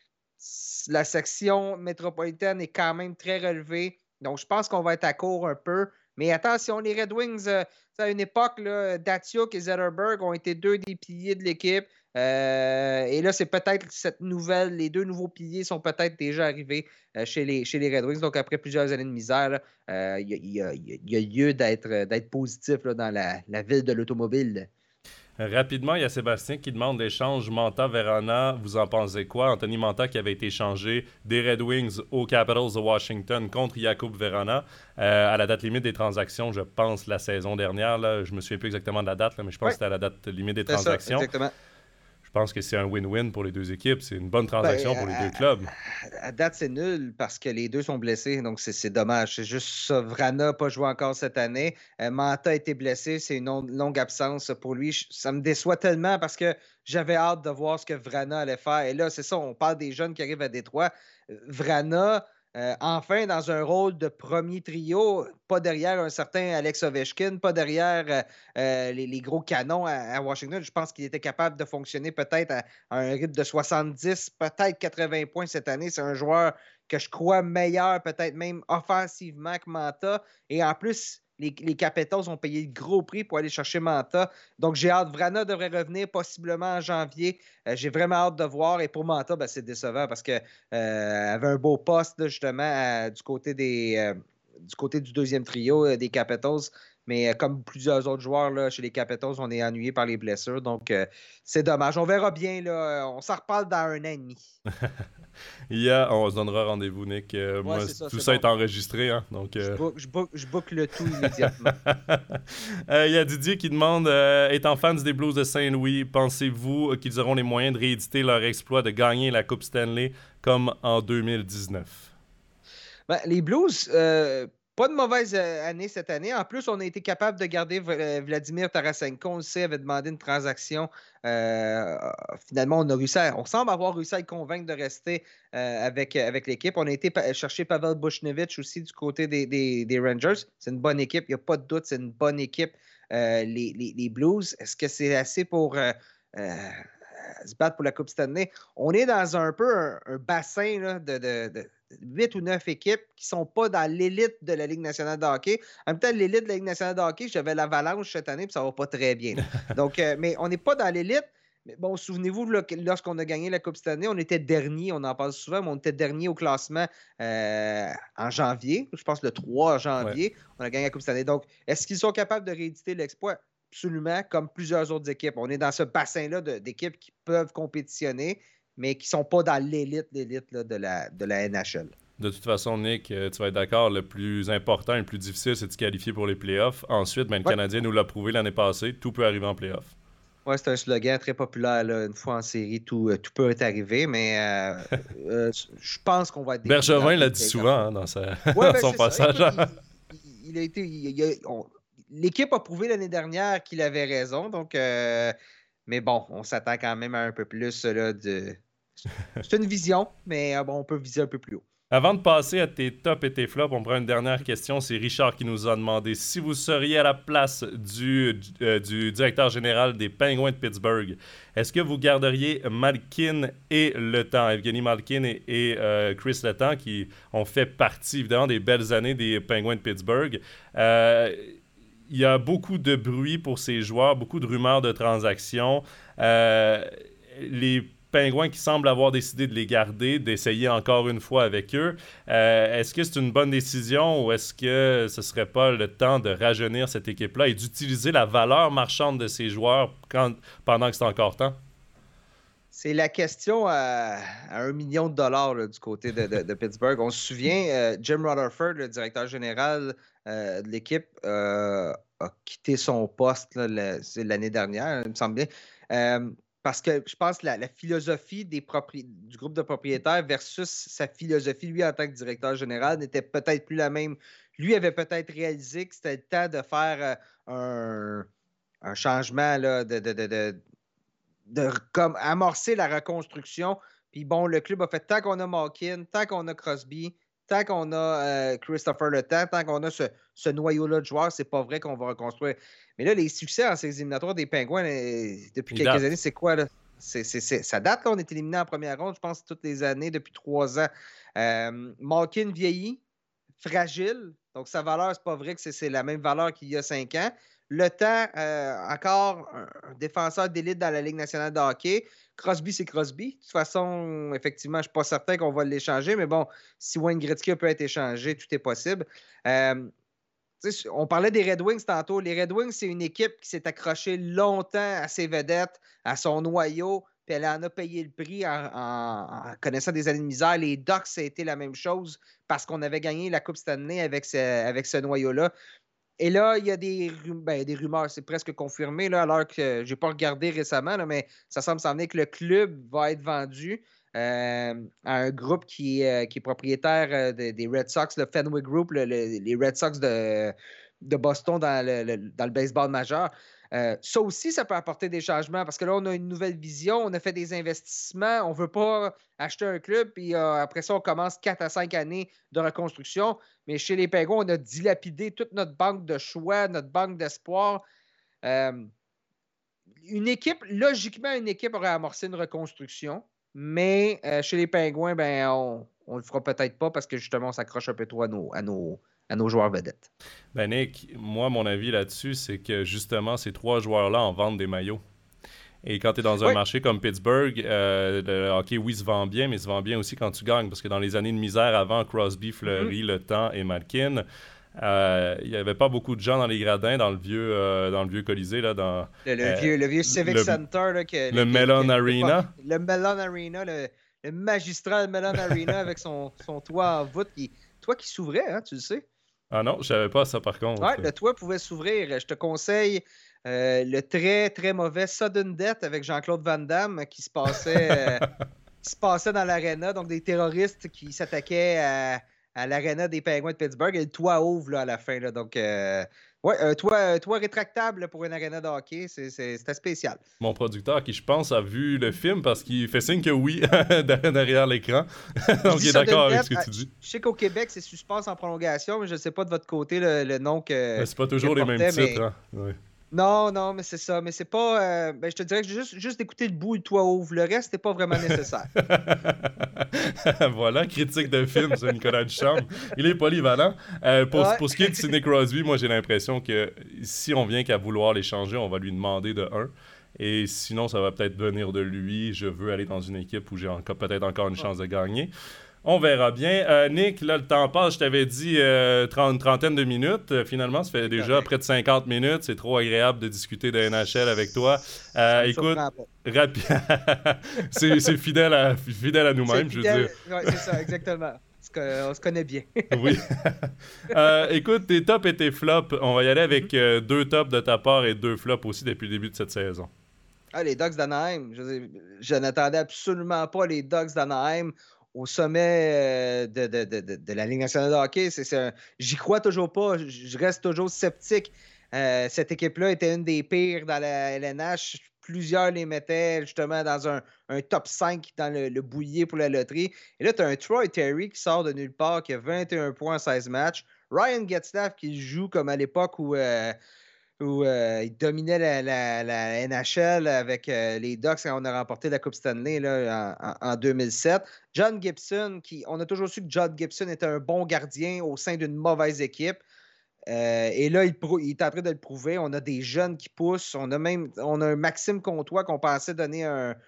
La section métropolitaine est quand même très relevée. Donc, je pense qu'on va être à court un peu. Mais attention, les Red Wings, à une époque, là, Datsyuk et Zetterberg ont été 2 des piliers de l'équipe. Et là, c'est peut-être les 2 nouveaux piliers sont peut-être déjà arrivés chez les Red Wings. Donc, après plusieurs années de misère, il y a lieu d'être positif là, dans la ville de l'automobile. Rapidement, il y a Sébastien qui demande l'échange Manta-Verona. Vous en pensez quoi? Anthony Manta qui avait été échangé des Red Wings aux Capitals de Washington contre Jakub Verona à la date limite des transactions, je pense, la saison dernière. Là, je me souviens plus exactement de la date, là, mais je pense Oui, que c'était à la date limite des c'est ça, transactions. exactement. Je pense que c'est un win-win pour les deux équipes. C'est une bonne Ben, transaction pour les deux clubs. à date, c'est nul parce que les deux sont blessés, donc c'est dommage. C'est juste ça. Vrana n'a pas joué encore cette année. Manta a été blessé, c'est une longue absence pour lui. Ça me déçoit tellement parce que j'avais hâte de voir ce que Vrana allait faire. Et là, c'est ça, on parle des jeunes qui arrivent à Détroit. Vrana, enfin dans un rôle de premier trio, pas derrière un certain Alex Ovechkin, pas derrière les gros canons à Washington. Je pense qu'il était capable de fonctionner peut-être à un rythme de 70, peut-être 80 points cette année. C'est un joueur que je crois meilleur, peut-être même offensivement que Manta. Et en plus, les Capitals ont payé le gros prix pour aller chercher Manta. Donc, j'ai hâte. Vrana devrait revenir possiblement en janvier. J'ai vraiment hâte de voir. Et pour Manta, ben, c'est décevant parce qu'elle avait un beau poste, là, justement, du côté du côté du deuxième trio des Capitals. Mais comme plusieurs autres joueurs là, chez les Capitals, on est ennuyé par les blessures. Donc, c'est dommage. On verra bien. Là, on s'en reparle dans 1 an et demi. On se donnera rendez-vous, Nick. Ouais, Moi, c'est ça, tout c'est ça bon. est enregistré. Hein, donc, Je book le tout immédiatement. Il y a Didier qui demande étant fans des Blues de Saint-Louis, pensez-vous qu'ils auront les moyens de rééditer leur exploit de gagner la Coupe Stanley comme en 2019? Ben, les Blues, pas de mauvaise année cette année. En plus, on a été capable de garder Vladimir Tarasenko. On le sait, avait demandé une transaction. Finalement, on semble avoir réussi à le convaincre de rester avec l'équipe. On a été chercher Pavel Buchnevich aussi du côté des Rangers. C'est une bonne équipe, il n'y a pas de doute, c'est une bonne équipe. Les Blues, est-ce que c'est assez pour se battre pour la Coupe Stanley? On est dans un peu un bassin là, de 8 ou 9 équipes qui ne sont pas dans l'élite de la Ligue nationale de hockey. En même temps, l'élite de la Ligue nationale de hockey, j'avais l'Avalanche cette année, puis ça ne va pas très bien. Donc, mais on n'est pas dans l'élite. Mais bon, souvenez-vous, là, lorsqu'on a gagné la Coupe cette année, on était dernier, on en parle souvent, mais on était dernier au classement en janvier. Je pense le 3 janvier, ouais. On a gagné la Coupe cette année. Donc, est-ce qu'ils sont capables de rééditer l'exploit? Absolument, comme plusieurs autres équipes. On est dans ce bassin-là d'équipes qui peuvent compétitionner, mais qui ne sont pas dans l'élite là, de la NHL. De toute façon, Nick, tu vas être d'accord, le plus important et le plus difficile, c'est de se qualifier pour les playoffs. Ensuite, le Canadien nous l'a prouvé l'année passée, tout peut arriver en playoffs. Oui, c'est un slogan très populaire. Là. Une fois en série, tout peut être arrivé, mais je pense qu'on va être... Bergevin l'a dit souvent dans son passage. Il a été... L'équipe a prouvé l'année dernière qu'il avait raison, donc... mais bon, on s'attend quand même à un peu plus là, de... C'est une vision, mais bon, on peut viser un peu plus haut. Avant de passer à tes tops et tes flops, on prend une dernière question. C'est Richard qui nous a demandé si vous seriez à la place du directeur général des Penguins de Pittsburgh, est-ce que vous garderiez Malkin et Le Temps, Evgeny Malkin et Chris Le Temps, qui ont fait partie évidemment des belles années des Penguins de Pittsburgh. Il y a beaucoup de bruit pour ces joueurs, beaucoup de rumeurs de transactions. Les Pingouins qui semblent avoir décidé de les garder, d'essayer encore une fois avec eux. Est-ce que c'est une bonne décision ou est-ce que ce ne serait pas le temps de rajeunir cette équipe-là et d'utiliser la valeur marchande de ces joueurs pendant que c'est encore temps? C'est la question à $1 million là, du côté de Pittsburgh. On se souvient, Jim Rutherford, le directeur général de l'équipe, a quitté son poste là, l'année dernière, il me semble bien. Parce que je pense que la philosophie du groupe de propriétaires versus sa philosophie, lui, en tant que directeur général, n'était peut-être plus la même. Lui avait peut-être réalisé que c'était le temps de faire un changement là, comme amorcer la reconstruction. Puis bon, le club a fait tant qu'on a Malkin, tant qu'on a Crosby, tant qu'on a Christopher Le Temps, tant qu'on a ce noyau-là de joueurs, c'est pas vrai qu'on va reconstruire. Mais là, les succès en ces éliminatoires des Pingouins, depuis quelques années, c'est quoi, là? Ça date, là, on est éliminé en première ronde, je pense, toutes les années, depuis 3 ans. Malkin vieillit, fragile, donc sa valeur, c'est pas vrai que c'est la même valeur qu'il y a 5 ans. Le Temps, encore un défenseur d'élite dans la Ligue nationale de hockey. Crosby, c'est Crosby. De toute façon, effectivement, je ne suis pas certain qu'on va l'échanger, mais bon, si Wayne Gretzky peut être échangé, tout est possible. On parlait des Red Wings tantôt. Les Red Wings, c'est une équipe qui s'est accrochée longtemps à ses vedettes, à son noyau, puis elle en a payé le prix en connaissant des années de misère. Les Ducks, ça a été la même chose parce qu'on avait gagné la Coupe Stanley avec ce noyau-là. Et là, il y a des rumeurs, c'est presque confirmé, là, alors que je n'ai pas regardé récemment, là, mais ça semble s'en venir que le club va être vendu à un groupe qui est propriétaire des Red Sox, le Fenway Group, les Red Sox de Boston dans le baseball majeur. Ça aussi, ça peut apporter des changements parce que là, on a une nouvelle vision, on a fait des investissements, on ne veut pas acheter un club, puis après ça, on commence 4 à 5 années de reconstruction. Mais chez les Penguins, on a dilapidé toute notre banque de choix, notre banque d'espoir. Logiquement, une équipe aurait amorcé une reconstruction, mais chez les Penguins, on ne le fera peut-être pas parce que justement, on s'accroche un peu trop à nos joueurs vedettes. Ben Nick, moi, mon avis là-dessus, c'est que justement, ces 3 joueurs-là en vendent des maillots. Et quand tu es dans un marché comme Pittsburgh, le hockey, oui, se vend bien, mais se vend bien aussi quand tu gagnes. Parce que dans les années de misère avant Crosby, Fleury, Le Temps et Malkin, il n'y avait pas beaucoup de gens dans les gradins, dans le vieux Colisée. Là, dans, le vieux Civic Center. Là, le Mellon Arena. Le Mellon Arena, le magistral Mellon Arena avec son toit en voûte. Toit qui s'ouvrait, hein, tu le sais. Ah non, je savais pas ça par contre. Oui, le toit pouvait s'ouvrir. Je te conseille le très, très mauvais Sudden Death avec Jean-Claude Van Damme qui se passait dans l'aréna. Donc, des terroristes qui s'attaquaient à l'aréna des Penguins de Pittsburgh. Et le toit ouvre là, à la fin. Là. Donc, un toit rétractable là, pour une aréna de hockey, c'était spécial. Mon producteur, qui je pense a vu le film parce qu'il fait signe que oui derrière l'écran. Donc il est d'accord avec ce que tu dis. Je sais qu'au Québec, c'est suspense en prolongation, mais je ne sais pas de votre côté le nom que. Mais c'est pas toujours les mêmes titres. Hein? Ouais. Non, mais c'est ça. Mais c'est pas. Je te dirais que juste d'écouter le bout, le toit ouvre. Le reste, c'est pas vraiment nécessaire. Voilà, critique de film, c'est Nicolas Ducharme. Il est polyvalent. Pour ce qui est de Sidney Crosby, moi, j'ai l'impression que si on vient qu'à vouloir l'échanger, on va lui demander de 1. Et sinon, ça va peut-être venir de lui. Je veux aller dans une équipe où j'ai peut-être encore une chance de gagner. On verra bien. Nick, là, le temps passe. Je t'avais dit une trentaine de minutes. Finalement, ça fait déjà près de 50 minutes. C'est trop agréable de discuter de NHL avec toi. Écoute, c'est fidèle à nous-mêmes, je veux dire. Oui, c'est ça, exactement. On se connaît bien. Oui. Écoute, tes tops et tes flops. On va y aller avec 2 tops de ta part et 2 flops aussi depuis le début de cette saison. Les Ducks d'Anaheim. Je n'attendais absolument pas les Ducks d'Anaheim au sommet de la Ligue nationale de hockey. J'y crois toujours pas. Je reste toujours sceptique. Cette équipe-là était une des pires dans la LNH. Plusieurs les mettaient justement dans un top 5 dans le boulier pour la loterie. Et là, tu as un Troy Terry qui sort de nulle part, qui a 21 points en 16 matchs. Ryan Getzlaf qui joue comme à l'époque où il dominait la NHL avec les Ducks quand on a remporté la Coupe Stanley là, en 2007. John Gibson, on a toujours su que John Gibson était un bon gardien au sein d'une mauvaise équipe. Et là, il est en train de le prouver. On a des jeunes qui poussent. On a un Maxime Comtois qu'on pensait donner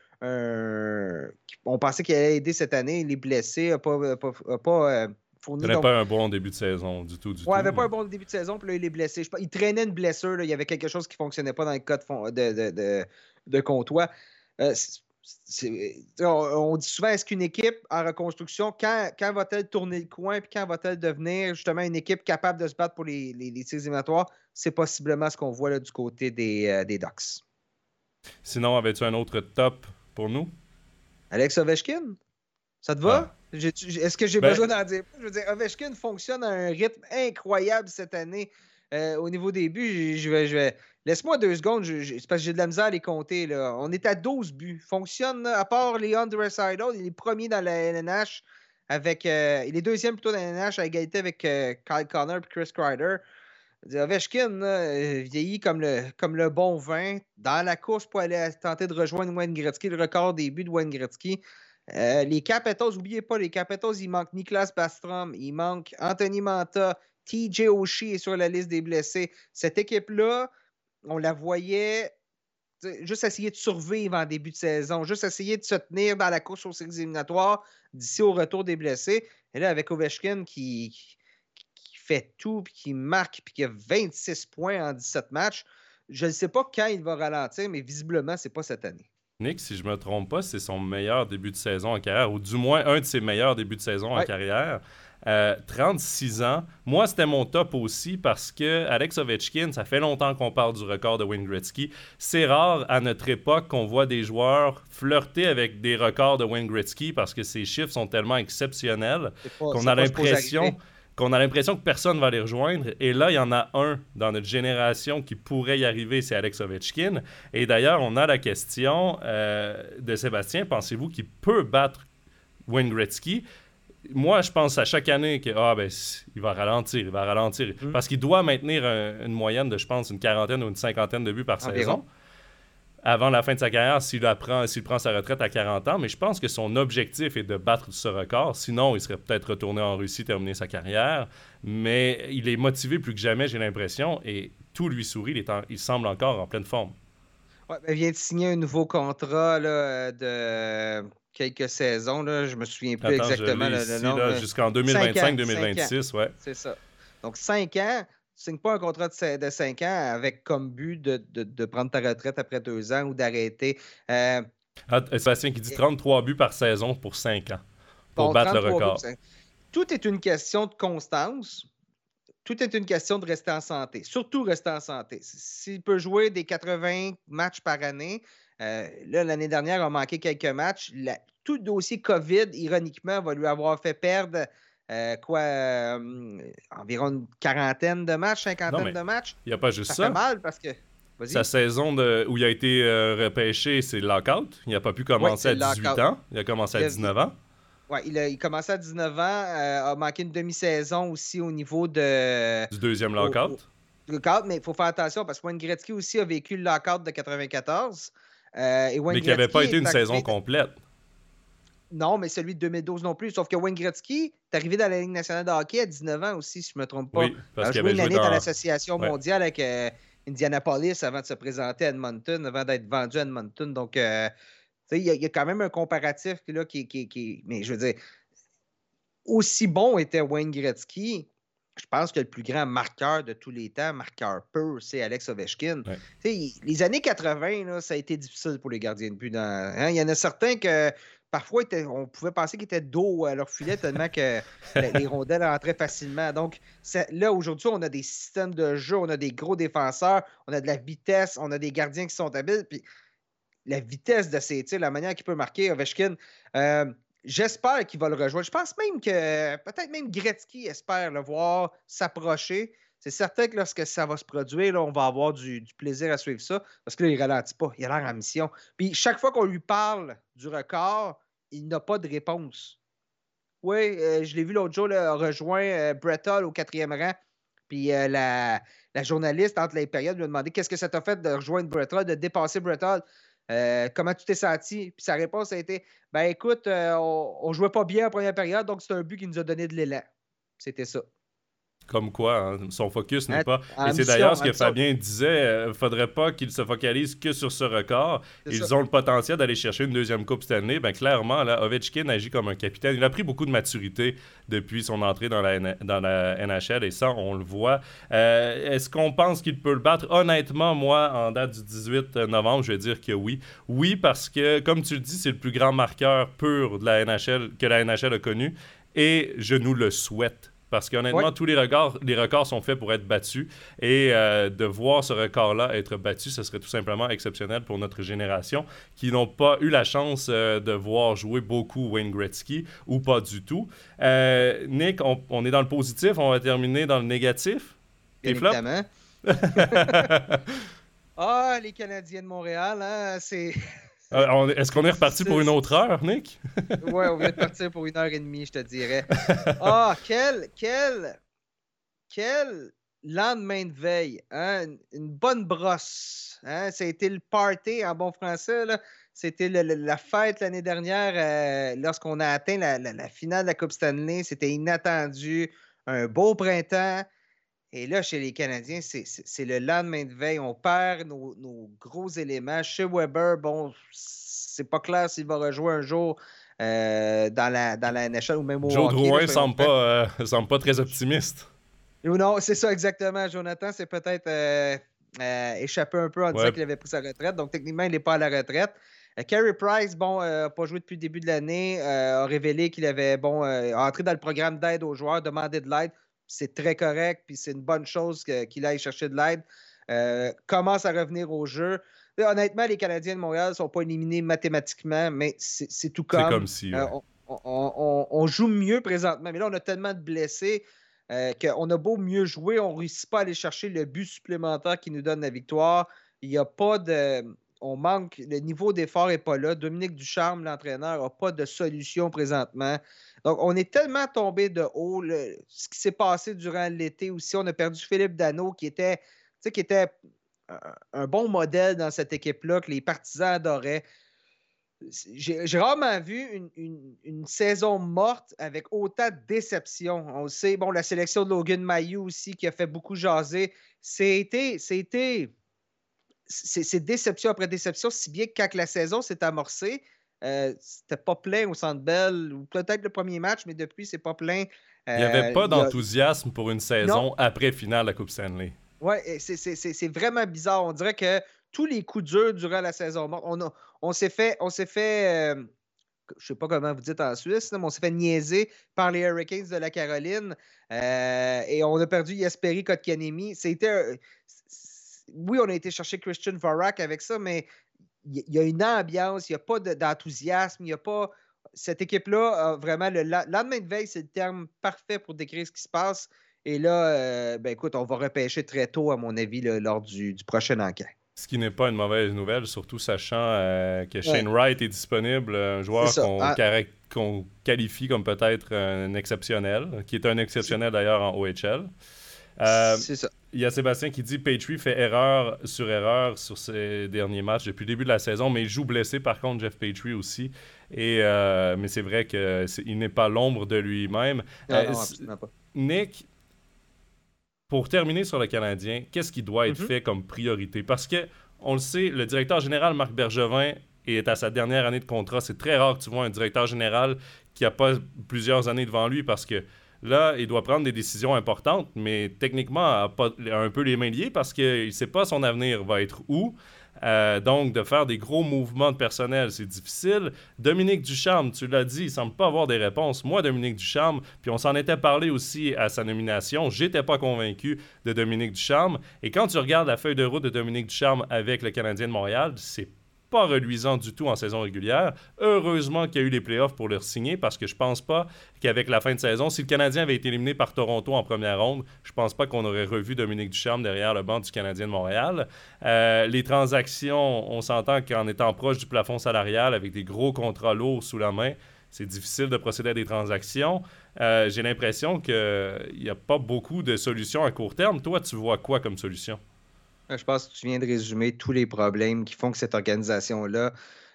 on pensait qu'il allait aider cette année. Il est blessé, n'a pas fourni. Il n'avait pas un bon début de saison du tout. Il n'avait pas un bon début de saison, puis là, il est blessé. Il traînait une blessure. Là. Il y avait quelque chose qui ne fonctionnait pas dans le cas de Comtois. On dit souvent, est-ce qu'une équipe en reconstruction, quand va-t-elle tourner le coin puis quand va-t-elle devenir justement une équipe capable de se battre pour les tirs éliminatoires? C'est possiblement ce qu'on voit là, du côté des Ducks. Sinon, avais-tu un autre top pour nous? Alex Ovechkin? Ça te va? Est-ce que j'ai besoin d'en dire? Je veux dire, Ovechkin fonctionne à un rythme incroyable cette année. Au niveau des buts, je vais... Laisse-moi 2 secondes, c'est parce que j'ai de la misère à les compter. Là. On est à 12 buts. Fonctionne, à part Leon Draisaitl, il est premier dans la LNH. Il est deuxième plutôt dans la LNH à égalité avec Kyle Connor et Chris Kreider. Ovechkin vieillit comme le bon vin. Dans la course pour aller tenter de rejoindre Wayne Gretzky, le record des buts de Wayne Gretzky. Les Capitals, n'oubliez pas, les Capitals, il manque Niklas Bastrom, il manque Anthony Mantha, TJ Oshie est sur la liste des blessés. Cette équipe-là, on la voyait juste essayer de survivre en début de saison, juste essayer de se tenir dans la course aux séries éliminatoires d'ici au retour des blessés. Et là, avec Ovechkin qui fait tout, puis qui marque, puis qui a 26 points en 17 matchs, je ne sais pas quand il va ralentir, mais visiblement, c'est pas cette année. Nick, si je me trompe pas, c'est son meilleur début de saison en carrière, ou du moins un de ses meilleurs débuts de saison en carrière. 36 ans. Moi, c'était mon top aussi parce que Alex Ovechkin, ça fait longtemps qu'on parle du record de Wayne Gretzky. C'est rare à notre époque qu'on voit des joueurs flirter avec des records de Wayne Gretzky parce que ses chiffres sont tellement exceptionnels qu'on a l'impression que personne va les rejoindre. Et là, il y en a un dans notre génération qui pourrait y arriver, c'est Alex Ovechkin. Et d'ailleurs, on a la question de Sébastien. Pensez-vous qu'il peut battre Wayne Gretzky? Moi, je pense à chaque année que il va ralentir. Parce qu'il doit maintenir une moyenne de, je pense, une quarantaine ou une cinquantaine de buts par saison avant la fin de sa carrière s'il prend sa retraite à 40 ans. Mais je pense que son objectif est de battre ce record. Sinon, il serait peut-être retourné en Russie, terminer sa carrière. Mais il est motivé plus que jamais, j'ai l'impression. Et tout lui sourit. Il semble encore en pleine forme. Ouais, il vient de signer un nouveau contrat là, de quelques saisons. Là. Je me souviens plus exactement le nom. Jusqu'en 2025-2026, ouais. C'est ça. Donc, 5 ans. Tu ne signes pas un contrat de 5 ans avec comme but de prendre ta retraite après 2 ans ou d'arrêter. Sébastien qui dit 33 buts par saison pour 5 ans pour battre le record. Tout est une question de constance. Tout est une question de rester en santé. Surtout rester en santé. S'il peut jouer des 80 matchs par année, là, l'année dernière, il a manqué quelques matchs. Tout dossier COVID, ironiquement, va lui avoir fait perdre environ une quarantaine de matchs, cinquantaine de matchs. Il n'y a pas juste ça. Ça fait mal parce que... Vas-y. Sa saison où il a été repêché, c'est le lockout. Il n'a pas pu commencer à 18 ans. Il a commencé à 19 ans. Oui, il commençait à 19 ans, a manqué une demi-saison aussi au niveau du deuxième lockout. Mais il faut faire attention parce que Wayne Gretzky aussi a vécu le lockout de 94. Mais qui n'avait pas été une saison complète. Non, mais celui de 2012 non plus. Sauf que Wayne Gretzky est arrivé dans la Ligue nationale de hockey à 19 ans aussi, si je ne me trompe pas. Oui, parce qu'il avait joué une année dans l'Association mondiale avec Indianapolis avant de se présenter à Edmonton, avant d'être vendu à Edmonton. Donc, il y a quand même un comparatif là, qui... Mais je veux dire, aussi bon était Wayne Gretzky, je pense que le plus grand marqueur de tous les temps, marqueur pur, c'est Alex Ovechkin. Ouais. Les années 80, là, ça a été difficile pour les gardiens de but. Il y en a certains que parfois, on pouvait penser qu'ils étaient dos à leur filet tellement que les rondelles rentraient facilement. Donc, là, aujourd'hui, on a des systèmes de jeu, on a des gros défenseurs, on a de la vitesse, on a des gardiens qui sont habiles. Puis la vitesse de ses tirs, la manière qu'il peut marquer, Ovechkin, j'espère qu'il va le rejoindre. Je pense même que peut-être même Gretzky espère le voir s'approcher. C'est certain que lorsque ça va se produire, là, on va avoir du plaisir à suivre ça parce que là, il ne ralentit pas. Il a l'air en mission. Puis chaque fois qu'on lui parle du record, il n'a pas de réponse. Oui, je l'ai vu l'autre jour, là, rejoint Brett Hull au 4e rang. Puis la journaliste, entre les périodes, lui a demandé qu'est-ce que ça t'a fait de rejoindre Brett Hull, de dépasser Brett Hull. Comment tu t'es senti? Puis sa réponse a été écoute, on jouait pas bien en première période, donc c'est un but qui nous a donné de l'élan. C'était ça. Comme quoi, son focus n'est pas... Et c'est d'ailleurs ce que Fabien disait, faudrait pas qu'il se focalise que sur ce record. Ils ont le potentiel d'aller chercher une deuxième Coupe cette année. Ben, clairement, là, Ovechkin agit comme un capitaine. Il a pris beaucoup de maturité depuis son entrée dans la NHL, et ça, on le voit. Est-ce qu'on pense qu'il peut le battre? Honnêtement, moi, en date du 18 novembre, je vais dire que oui. Oui, parce que, comme tu le dis, c'est le plus grand marqueur pur de la NHL que la NHL a connu, et je nous le souhaite. Parce qu'honnêtement, tous les records sont faits pour être battus. Et de voir ce record-là être battu, ce serait tout simplement exceptionnel pour notre génération qui n'ont pas eu la chance de voir jouer beaucoup Wayne Gretzky ou pas du tout. Nick, on est dans le positif, on va terminer dans le négatif. Bien évidemment. Les Canadiens de Montréal, hein, c'est... Est-ce qu'on est reparti pour une autre heure, Nick? Oui, on vient de partir pour 1h30, je te dirais. Quel lendemain de veille. Hein? Une bonne brosse. Hein? Ça a été le party en bon français. Là. C'était la fête l'année dernière lorsqu'on a atteint la finale de la Coupe Stanley. C'était inattendu. Un beau printemps. Et là, chez les Canadiens, c'est le lendemain de veille. On perd nos gros éléments. Chez Weber, bon, c'est pas clair s'il va rejouer un jour dans la NHL ou même au Joe hockey. Drouin semble pas très optimiste. Non, c'est ça exactement. Jonathan, c'est peut-être échappé un peu en disant qu'il avait pris sa retraite. Donc, techniquement, il n'est pas à la retraite. Carey Price, n'a pas joué depuis le début de l'année, a révélé qu'il avait entré dans le programme d'aide aux joueurs, demandé de l'aide. C'est très correct, puis c'est une bonne chose qu'il aille chercher de l'aide. Commence à revenir au jeu. Et honnêtement, les Canadiens de Montréal ne sont pas éliminés mathématiquement, mais c'est tout comme. C'est comme si. Ouais. On joue mieux présentement, mais là, on a tellement de blessés qu'on a beau mieux jouer, on ne réussit pas à aller chercher le but supplémentaire qui nous donne la victoire. Il n'y a pas de. On manque, le niveau d'effort n'est pas là. Dominique Ducharme, l'entraîneur, n'a pas de solution présentement. Donc, on est tellement tombé de haut. Ce qui s'est passé durant l'été aussi, on a perdu Philippe Danault, qui était un bon modèle dans cette équipe-là, que les partisans adoraient. J'ai rarement vu une saison morte avec autant de déceptions. On sait, la sélection de Logan Mailloux aussi, qui a fait beaucoup jaser. C'est déception après déception, si bien que quand la saison s'est amorcée, c'était pas plein au Centre Bell, ou peut-être le premier match, mais depuis, c'est pas plein. Il n'y avait pas d'enthousiasme pour une saison après finale de la Coupe Stanley. Oui, c'est vraiment bizarre. On dirait que tous les coups durs durant la saison morte, on s'est fait je sais pas comment vous dites en Suisse, mais on s'est fait niaiser par les Hurricanes de la Caroline et on a perdu Jesperi Kotkaniemi. Oui, on a été chercher Christian Vorak avec ça, mais il y a une ambiance, il n'y a pas d'enthousiasme, il n'y a pas. Cette équipe-là a vraiment le lendemain de veille, c'est le terme parfait pour décrire ce qui se passe. Et là, écoute, on va repêcher très tôt, à mon avis, lors du prochain enquête. Ce qui n'est pas une mauvaise nouvelle, surtout sachant que Shane Wright est disponible, un joueur qu'on qualifie comme peut-être un exceptionnel, qui est un exceptionnel d'ailleurs en OHL. C'est ça. Il y a Sébastien qui dit Petrie fait erreur sur ses derniers matchs depuis le début de la saison, mais il joue blessé par contre, Jeff Petrie aussi. Mais c'est vrai qu'il n'est pas l'ombre de lui-même. Non, absolument pas. Nick, pour terminer sur le Canadien, qu'est-ce qui doit être fait comme priorité? Parce que, on le sait, le directeur général Marc Bergevin est à sa dernière année de contrat. C'est très rare que tu vois un directeur général qui n'a pas plusieurs années devant lui parce que là, il doit prendre des décisions importantes, mais techniquement, il a un peu les mains liées parce qu'il ne sait pas son avenir va être où. Donc, de faire des gros mouvements de personnel, c'est difficile. Dominique Ducharme, tu l'as dit, il ne semble pas avoir des réponses. Moi, Dominique Ducharme, puis on s'en était parlé aussi à sa nomination, j'étais pas convaincu de Dominique Ducharme. Et quand tu regardes la feuille de route de Dominique Ducharme avec le Canadien de Montréal, c'est pas reluisant du tout en saison régulière. Heureusement qu'il y a eu les playoffs pour le signer parce que je pense pas qu'avec la fin de saison, si le Canadien avait été éliminé par Toronto en première ronde, je pense pas qu'on aurait revu Dominique Ducharme derrière le banc du Canadien de Montréal. Les transactions, on s'entend qu'en étant proche du plafond salarial avec des gros contrats lourds sous la main, c'est difficile de procéder à des transactions. J'ai l'impression qu'il n'y a pas beaucoup de solutions à court terme. Toi, tu vois quoi comme solution? Je pense que tu viens de résumer tous les problèmes qui font que cette organisation-là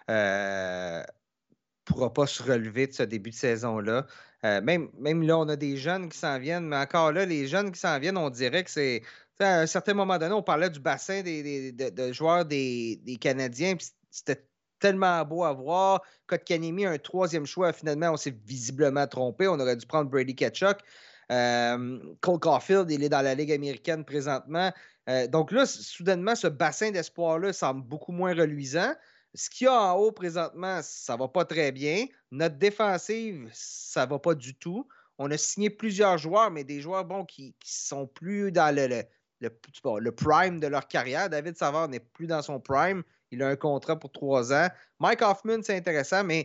ne pourra pas se relever de ce début de saison-là. Même là, on a des jeunes qui s'en viennent, mais encore là, les jeunes qui s'en viennent, on dirait que c'est... À un certain moment donné, on parlait du bassin de joueurs des Canadiens, puis c'était tellement beau à voir. Kotkaniemi, un troisième choix, finalement, on s'est visiblement trompé. On aurait dû prendre Brady Tkachuk. Cole Caulfield, il est dans la Ligue américaine présentement. Donc là, soudainement, ce bassin d'espoir-là semble beaucoup moins reluisant. Ce qu'il y a en haut présentement, ça va pas très bien. Notre défensive, ça va pas du tout. On a signé plusieurs joueurs, mais des joueurs qui sont plus dans le prime de leur carrière. David Savard n'est plus dans son prime. Il a un contrat pour 3 ans. Mike Hoffman, c'est intéressant, mais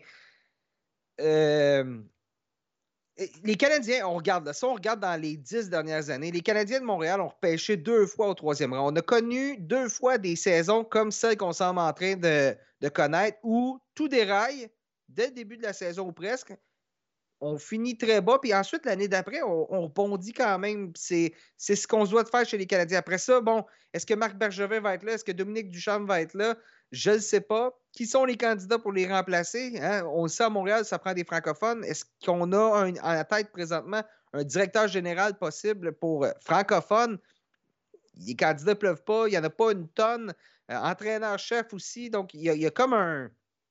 les Canadiens, on regarde dans les 10 dernières années, les Canadiens de Montréal ont repêché 2 fois au 3e rang. On a connu 2 fois des saisons comme celle qu'on semble en train de connaître, où tout déraille dès le début de la saison ou presque. On finit très bas, puis ensuite, l'année d'après, on rebondit quand même. C'est ce qu'on se doit de faire chez les Canadiens. Après ça, est-ce que Marc Bergevin va être là? Est-ce que Dominique Ducharme va être là? Je ne sais pas. Qui sont les candidats pour les remplacer? Hein? On le sait, à Montréal, ça prend des francophones. Est-ce qu'on a en la tête présentement un directeur général possible pour francophones? Les candidats ne pleuvent pas. Il n'y en a pas une tonne. Entraîneur-chef aussi. Donc, il y a comme un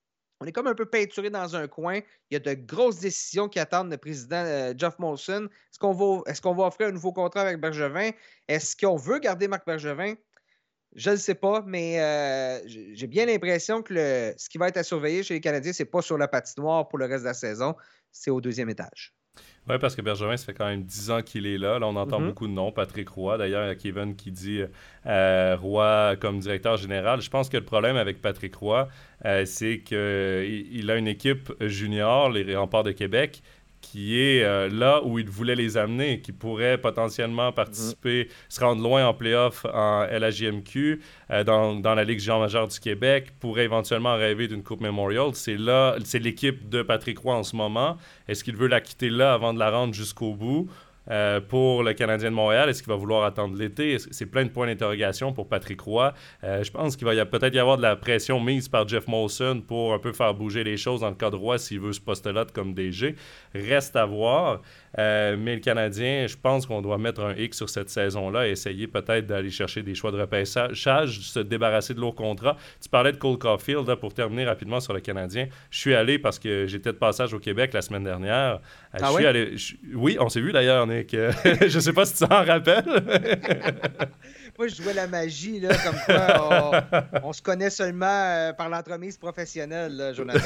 on est comme un peu peinturé dans un coin. Il y a de grosses décisions qui attendent le président Jeff Molson. Est-ce qu'on va offrir un nouveau contrat avec Bergevin? Est-ce qu'on veut garder Marc Bergevin? Je ne sais pas, mais j'ai bien l'impression que ce qui va être à surveiller chez les Canadiens, c'est pas sur la patinoire pour le reste de la saison, c'est au deuxième étage. Oui, parce que Bergevin, ça fait quand même 10 ans qu'il est là. Là, on entend beaucoup de noms. Patrick Roy, d'ailleurs, il y a Kevin qui dit Roy comme directeur général. Je pense que le problème avec Patrick Roy, c'est qu'il a une équipe junior, les Remparts de Québec, qui est là où il voulait les amener, qui pourrait potentiellement participer, se rendre loin en play-off en LHJMQ, dans la Ligue junior majeure du Québec, pourrait éventuellement rêver d'une Coupe Memorial. C'est l'équipe de Patrick Roy en ce moment. Est-ce qu'il veut la quitter là avant de la rendre jusqu'au bout? Pour le Canadien de Montréal, est-ce qu'il va vouloir attendre l'été? C'est plein de points d'interrogation pour Patrick Roy. Je pense qu'il va peut-être y avoir de la pression mise par Jeff Molson pour un peu faire bouger les choses dans le cas de Roy s'il veut ce poste-là comme DG. Reste à voir. Mais le Canadien, je pense qu'on doit mettre un X sur cette saison-là et essayer peut-être d'aller chercher des choix de repêchage, se débarrasser de lourds contrats. Tu parlais de Cole Caulfield, là, pour terminer rapidement sur le Canadien. Je suis allé parce que j'étais de passage au Québec la semaine dernière. Oui, on s'est vu d'ailleurs, Nick. Je sais pas si tu t'en rappelles. Moi, je jouais la magie, là, comme quoi on se connaît seulement par l'entremise professionnelle, là, Jonathan.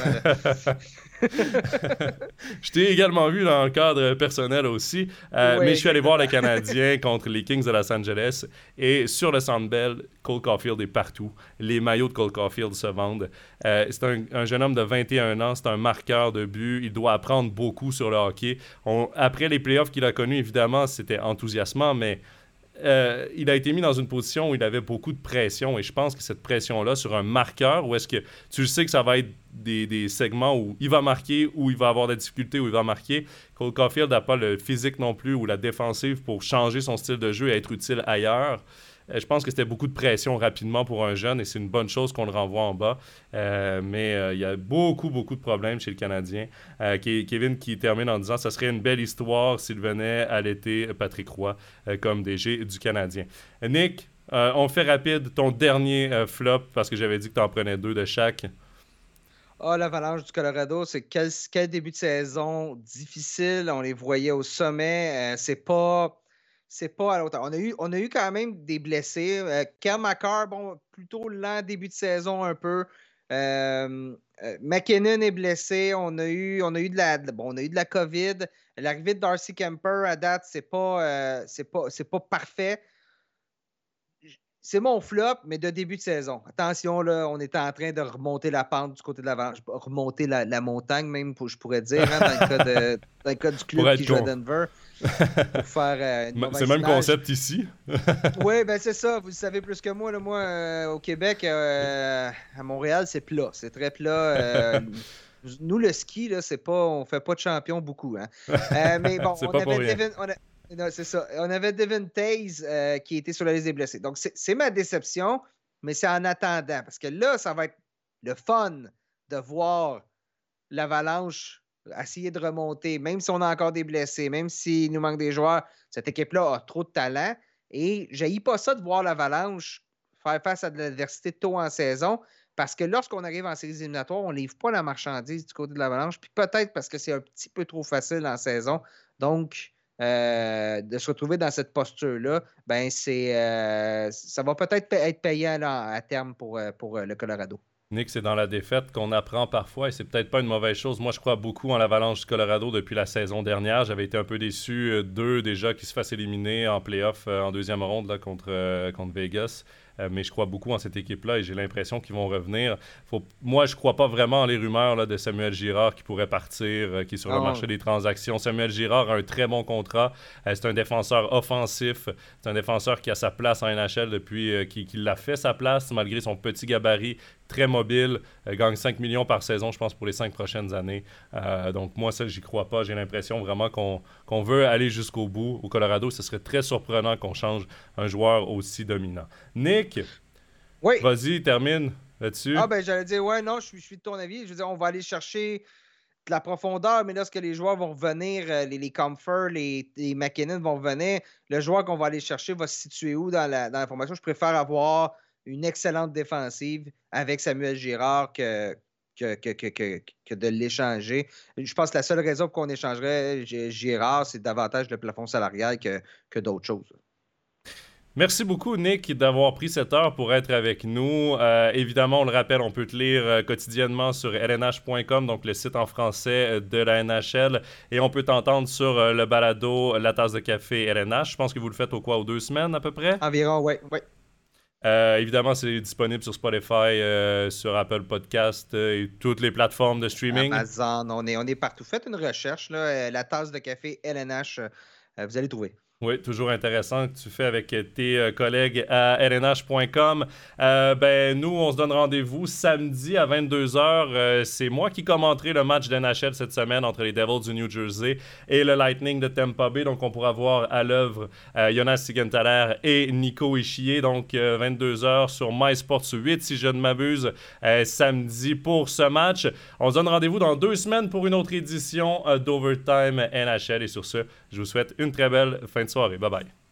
Je t'ai également vu dans le cadre personnel aussi, mais je suis allé voir les Canadiens contre les Kings de Los Angeles et sur le Centre Bell, Cole Caulfield est partout. Les maillots de Cole Caulfield se vendent. C'est un jeune homme de 21 ans, c'est un marqueur de but, il doit apprendre beaucoup sur le hockey. Après les playoffs qu'il a connus, évidemment, c'était enthousiasmant, mais il a été mis dans une position où il avait beaucoup de pression et je pense que cette pression-là sur un marqueur où est-ce que tu le sais que ça va être des segments où il va marquer, où il va avoir des difficultés, où il va marquer. Cole Caulfield n'a pas le physique non plus ou la défensive pour changer son style de jeu et être utile ailleurs. Je pense que c'était beaucoup de pression rapidement pour un jeune et c'est une bonne chose qu'on le renvoie en bas. Mais il y a beaucoup de problèmes chez le Canadien. Kevin qui termine en disant « Ça serait une belle histoire s'il venait à l'été Patrick Roy comme DG du Canadien. » Nick, on fait rapide. Ton dernier flop, parce que j'avais dit que tu en prenais 2 de chaque. L'Avalanche du Colorado, c'est quel début de saison difficile. On les voyait au sommet. C'est pas à l'auteur. On a eu quand même des blessés. Kel McCarr, plutôt lent début de saison un peu. McKinnon est blessé. On a eu de la COVID. L'arrivée de Darcy Kemper à date, c'est pas parfait. C'est mon flop, mais de début de saison. Attention, là, on est en train de remonter la pente du côté de l'Avalanche. Remonter la montagne, même, je pourrais dire, dans le cas du club qui joue à Denver. Pour faire c'est le même concept ici. Oui, ben c'est ça. Vous le savez plus que moi. Là, moi, au Québec, à Montréal, c'est plat. C'est très plat. Nous, le ski, là, on ne fait pas de champion beaucoup. Hein. Mais bon, c'est ça. On avait Devin Taze qui était sur la liste des blessés. Donc, c'est ma déception, mais c'est en attendant. Parce que là, ça va être le fun de voir l'Avalanche essayer de remonter, même si on a encore des blessés, même s'il nous manque des joueurs. Cette équipe-là a trop de talent. Et je n'haïs pas ça de voir l'Avalanche faire face à de l'adversité tôt en saison. Parce que lorsqu'on arrive en séries éliminatoires, on ne livre pas la marchandise du côté de l'Avalanche. Puis peut-être parce que c'est un petit peu trop facile en saison. Donc, de se retrouver dans cette posture-là, ça va peut-être être payant là, à terme pour le Colorado. Nick, c'est dans la défaite qu'on apprend parfois et c'est peut-être pas une mauvaise chose. Moi, je crois beaucoup en l'Avalanche du Colorado depuis la saison dernière. J'avais été un peu déçu d'eux déjà qui se fassent éliminer en play-off en deuxième ronde là, contre Vegas. Mais je crois beaucoup en cette équipe-là et j'ai l'impression qu'ils vont revenir. Moi, je crois pas vraiment en les rumeurs là, de Samuel Girard qui pourrait partir, qui est sur le marché des transactions. Samuel Girard a un très bon contrat. C'est un défenseur offensif. C'est un défenseur qui a sa place en NHL depuis qu'il a fait sa place, malgré son petit gabarit, très mobile, gagne 5 millions par saison, je pense, pour les 5 prochaines années. Donc, moi, ça, j'y crois pas. J'ai l'impression vraiment qu'on veut aller jusqu'au bout. Au Colorado, ce serait très surprenant qu'on change un joueur aussi dominant. Nick, oui. Vas-y, termine là-dessus. J'allais dire, non, je suis de ton avis. Je veux dire, on va aller chercher de la profondeur, mais lorsque les joueurs vont revenir, les Comfort, les McKinnon vont revenir, le joueur qu'on va aller chercher va se situer où dans la formation? Je préfère avoir une excellente défensive avec Samuel Girard que que de l'échanger. Je pense que la seule raison pour qu'on échangerait Girard, c'est davantage le plafond salarial que d'autres choses. Merci beaucoup, Nick, d'avoir pris cette heure pour être avec nous. Évidemment, on le rappelle, on peut te lire quotidiennement sur lnh.com, donc le site en français de la NHL, et on peut t'entendre sur le balado La Tasse de Café LNH. Je pense que vous le faites aux 2 semaines à peu près? Environ, oui. Évidemment, c'est disponible sur Spotify, sur Apple Podcast et toutes les plateformes de streaming. Amazon, on est partout. Faites une recherche, là, La Tasse de Café LNH, vous allez trouver. Oui, toujours intéressant que tu fais avec tes collègues à lnh.com. Nous, on se donne rendez-vous samedi à 22h. C'est moi qui commenterai le match d'NHL cette semaine entre les Devils du New Jersey et le Lightning de Tampa Bay. Donc, on pourra voir à l'œuvre Jonas Sigenthaler et Nico Hischier. Donc, 22h sur MySports 8, si je ne m'abuse, samedi pour ce match. On se donne rendez-vous dans 2 semaines pour une autre édition d'Overtime NHL. Et sur ce, je vous souhaite une très belle fin de soirée. Bye bye.